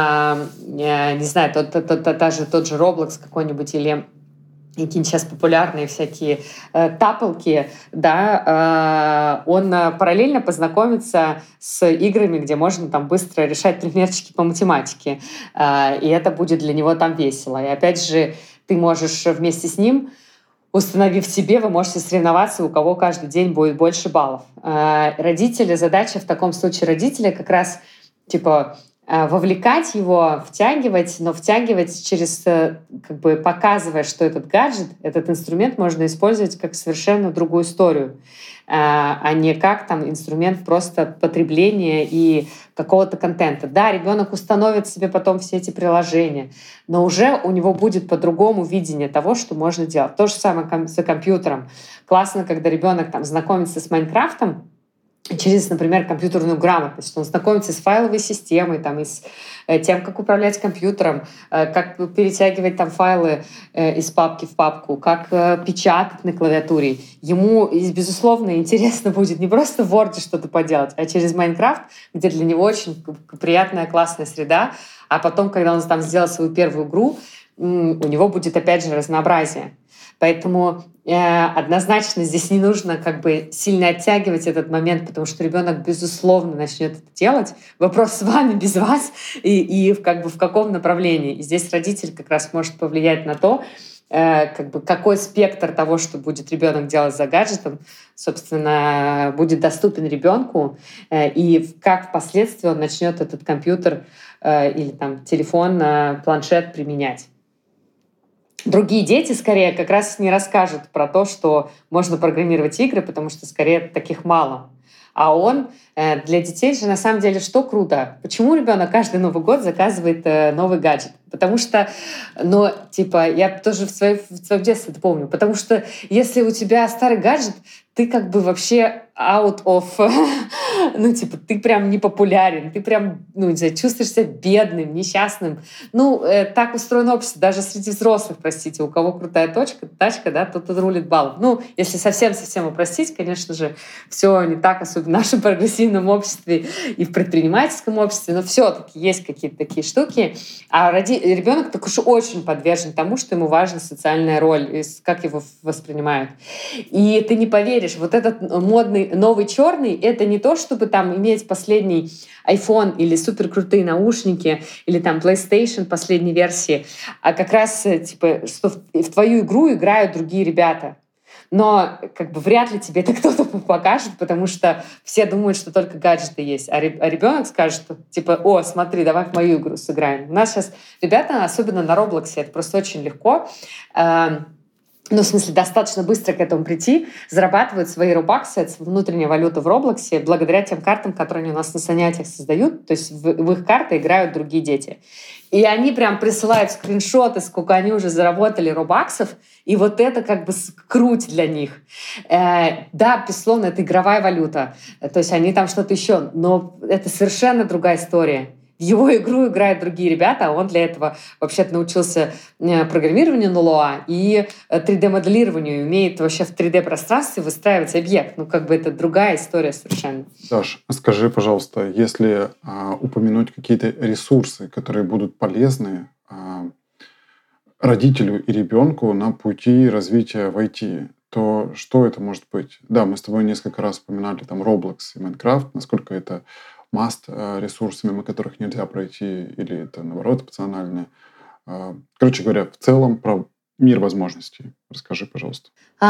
не знаю, тот же Roblox какой-нибудь или какие-нибудь сейчас популярные всякие тапалки, да, он параллельно познакомится с играми, где можно там быстро решать примерчики по математике, и это будет для него там весело. И опять же, ты можешь вместе с ним, установив себе, вы можете соревноваться, у кого каждый день будет больше баллов. Родители, задача в таком случае родителя как раз типа вовлекать его, втягивать, но втягивать через, как бы показывая, что этот гаджет, этот инструмент можно использовать как совершенно другую историю, а не как там инструмент просто потребления и какого-то контента. Да, ребенок установит себе потом все эти приложения, но уже у него будет по-другому видение того, что можно делать. То же самое с компьютером. Классно, когда ребенок там знакомится с Майнкрафтом, через, например, компьютерную грамотность. Он знакомится с файловой системой, там, и с тем, как управлять компьютером, как перетягивать там файлы из папки в папку, как печатать на клавиатуре. Ему, безусловно, интересно будет не просто в Word что-то поделать, а через Майнкрафт, где для него очень приятная, классная среда. А потом, когда он там сделал свою первую игру, у него будет, опять же, разнообразие. Поэтому однозначно здесь не нужно как бы сильно оттягивать этот момент, потому что ребенок, безусловно, начнет это делать. Вопрос с вами, без вас, и как бы в каком направлении. И здесь родитель как раз может повлиять на то, как бы какой спектр того, что будет ребенок делать за гаджетом, собственно, будет доступен ребенку, и как впоследствии он начнет этот компьютер или там телефон, планшет применять. Другие дети скорее как раз не расскажут про то, что можно программировать игры, потому что скорее таких мало. А он для детей же на самом деле что круто? Почему ребенок каждый Новый год заказывает новый гаджет? Потому что, ну, типа, я тоже в своем детстве это помню. Потому что если у тебя старый гаджет, ты как бы вообще out of... ну, типа, ты прям не популярен, ты прям, ну, не знаю, чувствуешь себя бедным, несчастным. Ну, так устроено общество, даже среди взрослых, простите, у кого крутая тачка, да, тот рулит баллом. Ну, если совсем-совсем упростить, конечно же, все не так, особенно в нашем прогрессивном обществе и в предпринимательском обществе, но все-таки есть какие-то такие штуки. А ребенок так уж очень подвержен тому, что ему важна социальная роль, и как его воспринимают. И ты не поверишь, вот этот модный новый черный — это не то, чтобы там иметь последний iPhone или суперкрутые наушники или там PlayStation последней версии, а как раз типа, что в твою игру играют другие ребята. Но как бы вряд ли тебе это кто-то покажет, потому что все думают, что только гаджеты есть. А ребенок скажет, что типа, о, смотри, давай в мою игру сыграем. У нас сейчас ребята, особенно на Роблоксе, это просто очень легко. Ну, в смысле, достаточно быстро к этому прийти, зарабатывают свои робаксы, это внутренняя валюта в Роблоксе, благодаря тем картам, которые они у нас на занятиях создают. То есть в их карты играют другие дети. И они прям присылают скриншоты, сколько они уже заработали робаксов, и вот это как бы круть для них. Да, безусловно, это игровая валюта, то есть они там что-то еще, но это совершенно другая история. его игру играют другие ребята, а он для этого вообще-то научился программированию на Lua и 3D-моделированию, умеет вообще в 3D-пространстве выстраивать объект. Ну, как бы это другая история совершенно. Даш, скажи, пожалуйста, если упомянуть какие-то ресурсы, которые будут полезны родителю и ребенку на пути развития в IT, то что это может быть? Да, мы с тобой несколько раз упоминали там Roblox и Minecraft, насколько это must ресурсы, мимо которых нельзя пройти, или это, наоборот, опциональное. Короче говоря, в целом про мир возможностей. Расскажи, пожалуйста.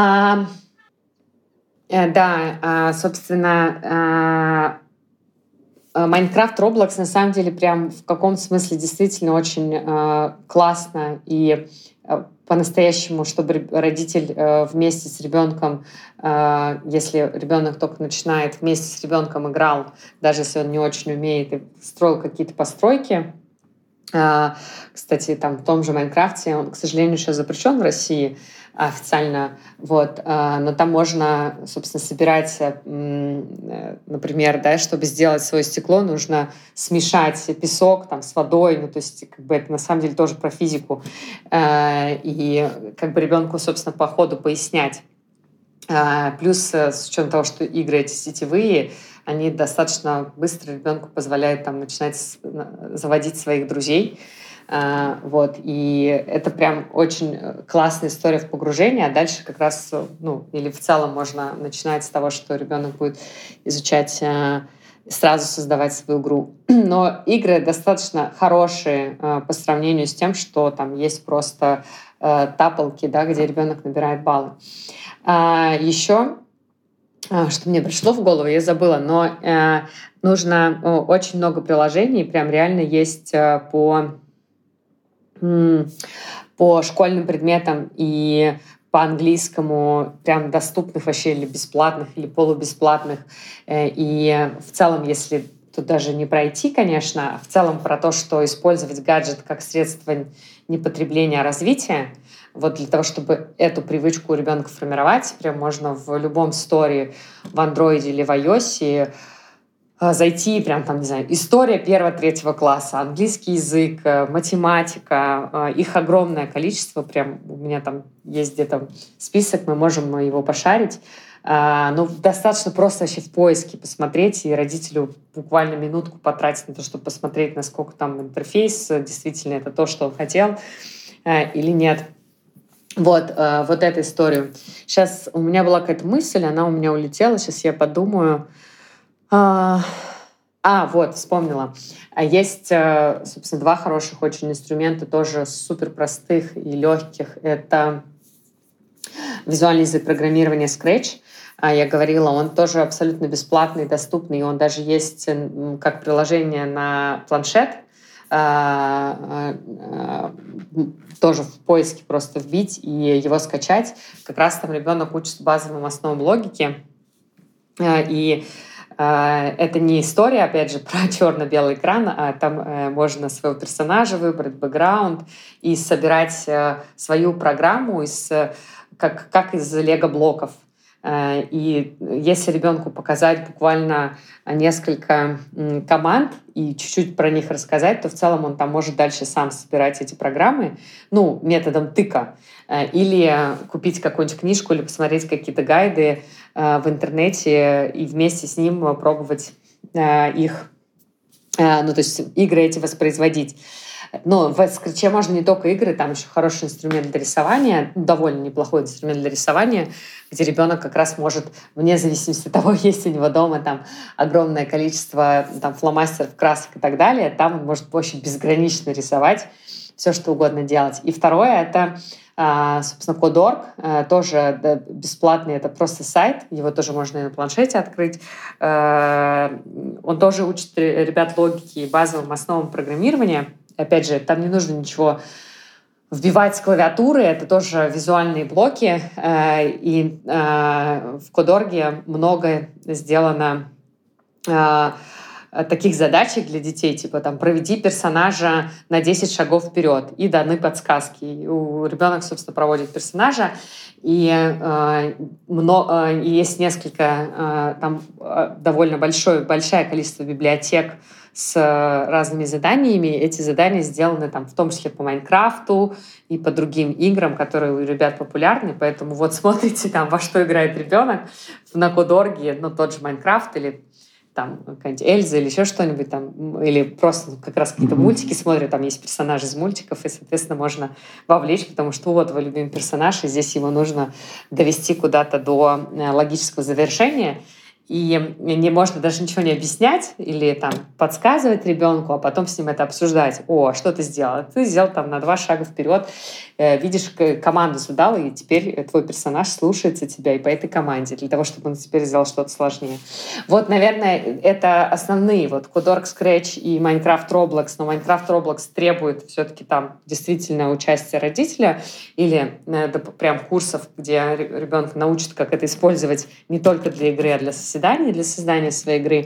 Да, собственно, Майнкрафт, Roblox на самом деле прям в каком смысле действительно очень классно и по-настоящему, чтобы родитель вместе с ребенком, если ребенок только начинает, вместе с ребенком играл, даже если он не очень умеет, и строил какие-то постройки. Кстати, там в том же Майнкрафте, он, к сожалению, сейчас запрещен в России официально, вот, но там можно, собственно, собирать, например, да, чтобы сделать свое стекло, нужно смешать песок там с водой, ну, то есть, как бы это на самом деле тоже про физику, и как бы ребенку, собственно, по ходу пояснять. Плюс, с учетом того, что игры эти сетевые, они достаточно быстро ребенку позволяют там начинать заводить своих друзей. Вот. И это прям очень классная история в погружении, а дальше как раз, ну, или в целом можно начинать с того, что ребенок будет изучать, сразу создавать свою игру. Но игры достаточно хорошие по сравнению с тем, что там есть просто тапалки, да, где ребенок набирает баллы. Еще, что мне пришло в голову, я забыла, но нужно очень много приложений, прям реально есть по школьным предметам и по английскому, прям доступных вообще или бесплатных, или полубесплатных. И в целом, если тут даже не пройти, конечно, в целом про то, что использовать гаджет как средство не потребления, а развития, вот для того, чтобы эту привычку у ребенка формировать, прям можно в любом сторе в Android или в iOS зайти, прям там, не знаю, история 1-3 класса, английский язык, математика, их огромное количество, прям у меня там есть где-то список, мы можем его пошарить. Ну, достаточно просто вообще в поиске посмотреть, и родителю буквально минутку потратить на то, чтобы посмотреть, насколько там интерфейс действительно это то, что он хотел или нет. Вот эту историю. Сейчас у меня была какая-то мысль, она у меня улетела, сейчас я подумаю. Вот, вспомнила. Есть, собственно, 2 хороших очень инструмента, тоже супер простых и легких. Это визуальный язык программирования Scratch. Я говорила, он тоже абсолютно бесплатный, доступный, и он даже есть как приложение на планшет. Тоже в поиске просто вбить и его скачать. Как раз там ребенок учится базовым основам логики. И это не история, опять же, про черно-белый экран, а там можно своего персонажа выбрать, бэкграунд и собирать свою программу как из лего-блоков. И если ребенку показать буквально несколько команд и чуть-чуть про них рассказать, то в целом он там может дальше сам собирать эти программы, ну, методом тыка. Или купить какую-нибудь книжку, или посмотреть какие-то гайды в интернете и вместе с ним пробовать их, ну, то есть игры эти воспроизводить. Но в Scratch можно не только игры, там еще хороший инструмент для рисования, довольно неплохой инструмент для рисования, где ребенок как раз может, вне зависимости от того, есть у него дома там огромное количество там, фломастеров, красок и так далее, там он может очень безгранично рисовать, все что угодно делать. И второе — это, собственно, Code.org, тоже бесплатный, это просто сайт, его тоже можно и на планшете открыть. Он тоже учит ребят логике и базовым основам программирования. Опять же, там не нужно ничего вбивать с клавиатуры, это тоже визуальные блоки. И в Code.org много сделано таких задачек для детей, типа там проведи персонажа на 10 шагов вперед, и даны подсказки. И ребенок, собственно, проводит персонажа, и есть несколько, там довольно большое количество библиотек с разными заданиями. Эти задания сделаны там, в том числе по Майнкрафту и по другим играм, которые у ребят популярны. Поэтому вот смотрите, там, во что играет ребенок на Кодорге, ну, тот же Майнкрафт или там какая-нибудь Эльза или еще что-нибудь там, или просто как раз какие-то мультики смотрят, там есть персонажи из мультиков, и, соответственно, можно вовлечь, потому что вот твой любимый персонаж, и здесь его нужно довести куда-то до логического завершения. И не можно даже ничего не объяснять или там подсказывать ребенку, а потом с ним это обсуждать. О, что ты сделал? Ты сделал там на 2 шага вперед, видишь, команду задал, и теперь твой персонаж слушается тебя и по этой команде, для того, чтобы он теперь сделал что-то сложнее. Вот, наверное, это основные. Вот Codorg, Scratch и Minecraft Roblox. Но Minecraft Roblox требует все-таки там действительно участия родителя или прям курсов, где ребенка научат, как это использовать не только для игры, а для создания своей игры.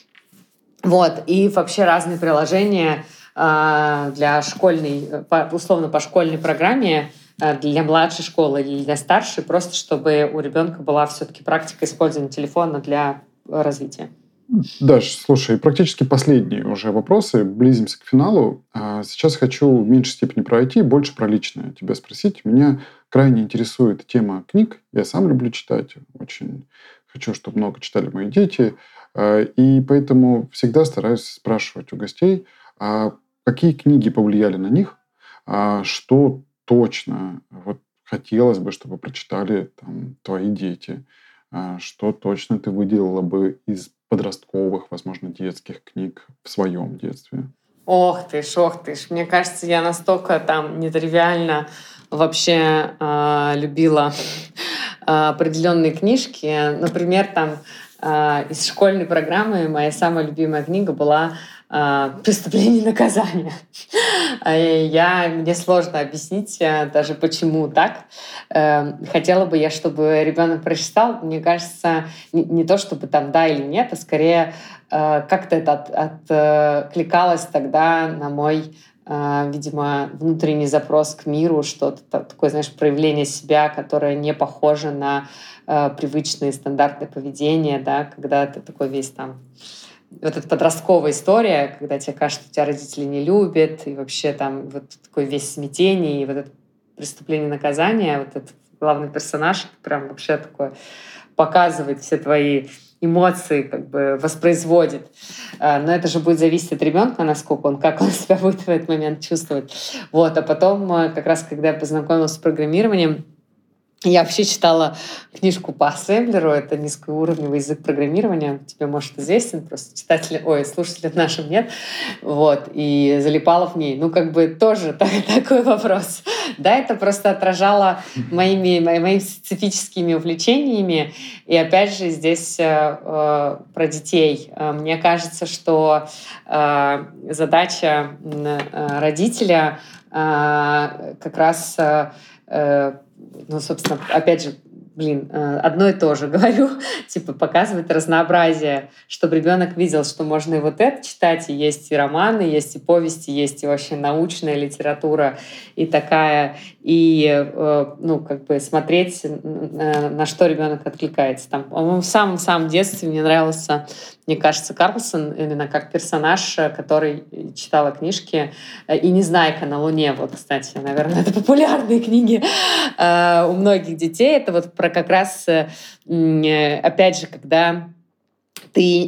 Вот. И вообще разные приложения для школьной, условно по школьной программе, для младшей школы или для старшей, просто чтобы у ребенка была все-таки практика использования телефона для развития. Даш, слушай, практически последние уже вопросы. Близимся к финалу. Сейчас хочу в меньшей степени про IT, больше про личное тебя спросить. Меня крайне интересует тема книг. Я сам люблю читать. Очень хочу, чтобы много читали мои дети. И поэтому всегда стараюсь спрашивать у гостей, какие книги повлияли на них, что точно вот хотелось бы, чтобы прочитали там, твои дети, что точно ты выделила бы из подростковых, возможно, детских книг в своем детстве. Ох ты ж. Мне кажется, я настолько там нетривиально вообще любила определенные книжки. Например, там из школьной программы моя самая любимая книга была «Преступление и наказание». Мне сложно объяснить даже, почему так. Хотела бы я, чтобы ребенок прочитал. Мне кажется, не то, чтобы там да или нет, а скорее как-то это откликалось тогда на мой, видимо, внутренний запрос к миру, что-то такое, знаешь, проявление себя, которое не похоже на привычные стандартные поведения, да, когда ты такой весь там... Вот эта подростковая история, когда тебе кажется, что тебя родители не любят, и вообще там вот такой весь смятение, и вот это преступление и наказание, вот этот главный персонаж прям вообще такое показывает все твои эмоции, как бы воспроизводит. Но это же будет зависеть от ребенка, как он себя будет в этот момент чувствовать. Вот. А потом, как раз когда я познакомилась с программированием, я вообще читала книжку по ассемблеру, это низкоуровневый язык программирования, тебе, может, известен, просто слушателям нашим нет, вот, и залипала в ней. Ну, как бы тоже такой вопрос. Да, это просто отражало моими специфическими увлечениями, и опять же здесь про детей. Мне кажется, что задача родителя как раз собственно, опять же, одно и то же говорю, типа показывать разнообразие, чтобы ребенок видел, что можно и вот это читать, и есть и романы, есть и повести, есть и вообще научная литература и такая, и смотреть, на что ребенок откликается. Там, в самом детстве мне нравился, мне кажется, Карлсон именно как персонаж, который читала книжки и «Незнайка на Луне». Вот, кстати, наверное, это популярные книги у многих детей. Это вот про как раз, опять же, когда ты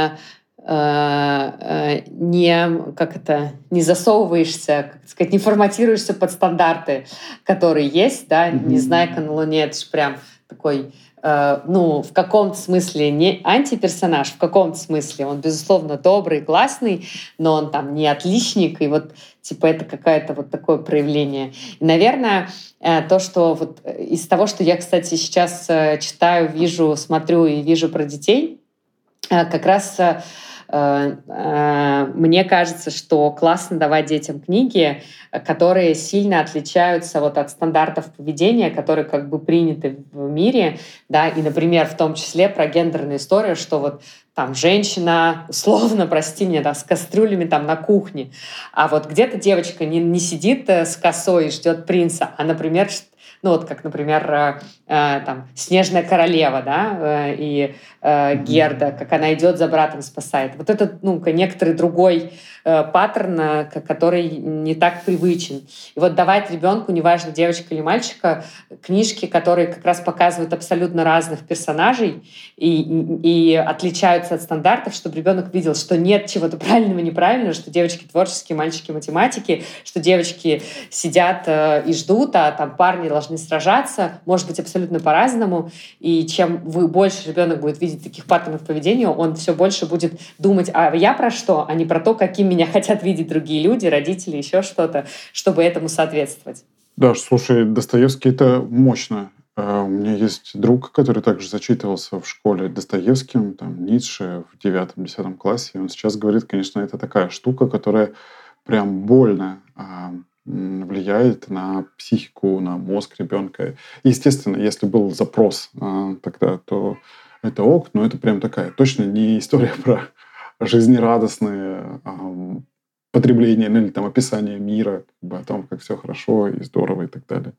не засовываешься, как сказать, не форматируешься под стандарты, которые есть, да, «Незнайка на Луне» — это же прям такой, в каком-то смысле не антиперсонаж, в каком-то смысле он, безусловно, добрый, классный, но он там не отличник, и вот типа это какое-то вот такое проявление. И, наверное, то, что вот из того, что я, кстати, сейчас читаю, смотрю и вижу про детей, как раз Мне кажется, что классно давать детям книги, которые сильно отличаются вот от стандартов поведения, которые как бы приняты в мире, да, и, например, в том числе про гендерную историю, что вот там женщина, условно, прости меня, да, с кастрюлями там на кухне, а вот где-то девочка не сидит с косой и ждет принца, а, например, ну вот как, например, там «Снежная королева», да, и Герда, как она идет за братом, спасает. Вот это, ну, некоторый другой паттерн, который не так привычен. И вот давать ребенку, неважно, девочка или мальчика, книжки, которые как раз показывают абсолютно разных персонажей и отличаются от стандартов, чтобы ребенок видел, что нет чего-то правильного и неправильного, что девочки творческие, мальчики математики, что девочки сидят и ждут, а там парни должны сражаться, может быть, абсолютно по-разному. И чем больше ребенок будет видеть таких паттернов поведения, он все больше будет думать, а я про что, а не про то, каким меня хотят видеть другие люди, родители, еще что-то, чтобы этому соответствовать. Да, слушай, Достоевский — это мощно. У меня есть друг, который также зачитывался в школе Достоевским, там, Ницше в 9-10 классе. И он сейчас говорит, конечно, это такая штука, которая прям больно влияет на психику, на мозг ребенка. Естественно, если был запрос тогда, то это ок, но это прям такая точно не история про жизнерадостное потребление, ну, или там описание мира, как бы, о том, как все хорошо и здорово и так далее.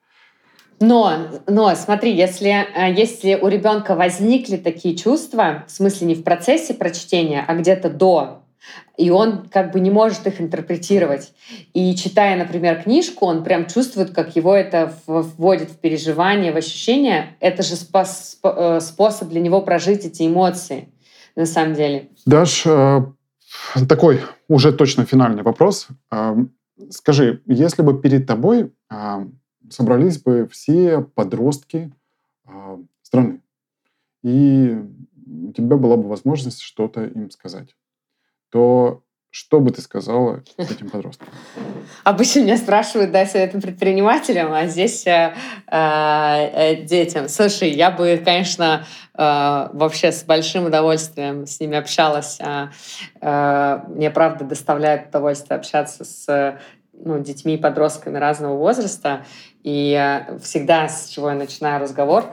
Но смотри, если у ребенка возникли такие чувства, в смысле не в процессе прочтения, а где-то до, и он как бы не может их интерпретировать. И читая, например, книжку, он прям чувствует, как его это вводит в переживание, в ощущение. Это же способ для него прожить эти эмоции, на самом деле. Даш, такой уже точно финальный вопрос. Скажи, если бы перед тобой собрались бы все подростки страны, и у тебя была бы возможность что-то им сказать, то что бы ты сказала этим подросткам? Обычно меня спрашивают, дай совет предпринимателям, а здесь детям. Слушай, я бы, конечно, вообще с большим удовольствием с ними общалась. Мне, правда, доставляет удовольствие общаться с детьми и подростками разного возраста. И всегда, с чего я начинаю разговор,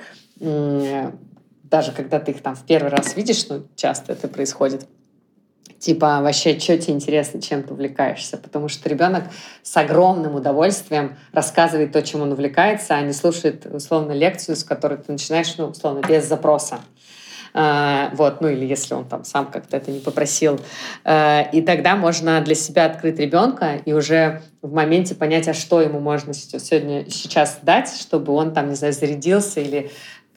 даже когда ты их там в первый раз видишь, часто это происходит, типа, вообще, что тебе интересно, чем ты увлекаешься? Потому что ребенок с огромным удовольствием рассказывает то, чем он увлекается, а не слушает, условно, лекцию, с которой ты начинаешь, условно, без запроса. Или если он там сам как-то это не попросил. И тогда можно для себя открыть ребенка и уже в моменте понять, а что ему можно сейчас дать, чтобы он там, не знаю, зарядился или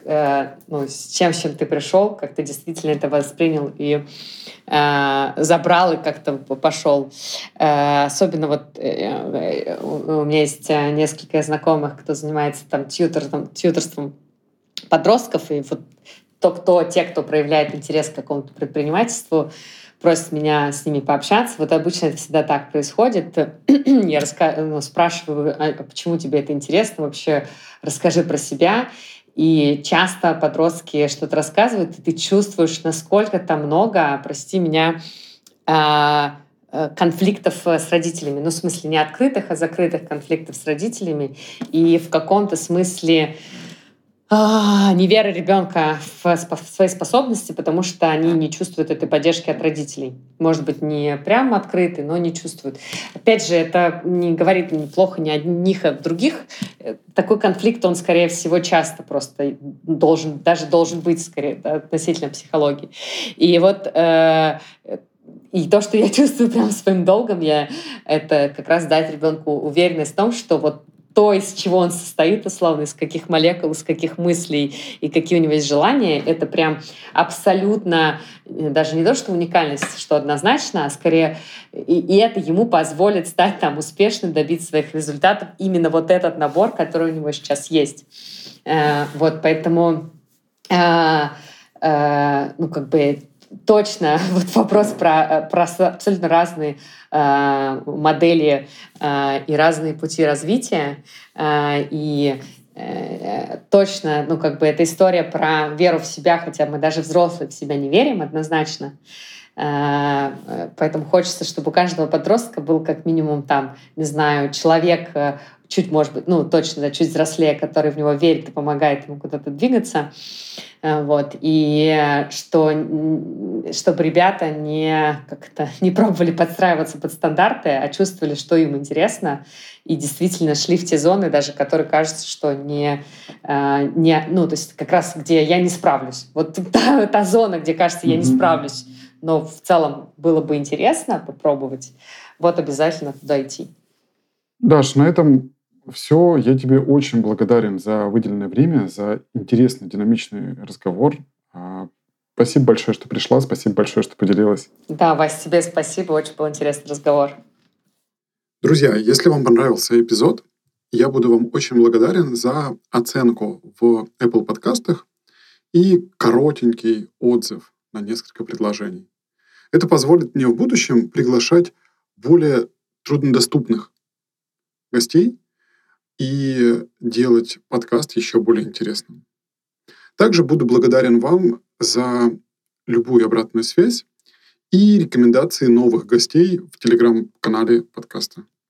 с чем ты пришел, как ты действительно это воспринял и забрал и как-то пошел. Особенно у меня есть несколько знакомых, кто занимается там тьюторством подростков, и вот те, кто проявляет интерес к какому-то предпринимательству, просят меня с ними пообщаться. Вот обычно это всегда так происходит. Я спрашиваю, а почему тебе это интересно вообще? Расскажи про себя. И часто подростки что-то рассказывают, и ты чувствуешь, насколько там много, прости меня, конфликтов с родителями. В смысле не открытых, а закрытых конфликтов с родителями. И в каком-то смысле невера ребенка в свои способности, потому что они не чувствуют этой поддержки от родителей. Может быть, не прямо открыты, но не чувствуют. Опять же, это не говорит плохо ни о них, о других. Такой конфликт, он, скорее всего, часто просто должен быть, скорее, относительно психологии. И и то, что я чувствую прям своим долгом, это как раз дать ребенку уверенность в том, что то, из чего он состоит, условно, из каких молекул, из каких мыслей и какие у него есть желания, это прям абсолютно даже не то, что уникальность, что однозначно, а скорее и это ему позволит стать там успешным, добиться своих результатов. Именно этот набор, который у него сейчас есть. Поэтому точно вопрос про абсолютно разные модели и разные пути развития. И точно, это история про веру в себя, хотя мы даже взрослые в себя не верим однозначно. Поэтому хочется, чтобы у каждого подростка был как минимум человек чуть, может быть, точно, чуть взрослее, который в него верит и помогает ему куда-то двигаться. И чтобы ребята не пробовали подстраиваться под стандарты, а чувствовали, что им интересно, и действительно шли в те зоны, даже которые кажется, что то есть как раз где я не справлюсь. Вот та зона, где кажется, я не справлюсь, но в целом было бы интересно попробовать, обязательно туда идти. Даш, на этом все. Я тебе очень благодарен за выделенное время, за интересный, динамичный разговор. Спасибо большое, что пришла, спасибо большое, что поделилась. Да, Вась, тебе спасибо, очень был интересный разговор. Друзья, если вам понравился эпизод, я буду вам очень благодарен за оценку в Apple подкастах и коротенький отзыв на несколько предложений. Это позволит мне в будущем приглашать более труднодоступных гостей и делать подкаст еще более интересным. Также буду благодарен вам за любую обратную связь и рекомендации новых гостей в телеграм-канале подкаста.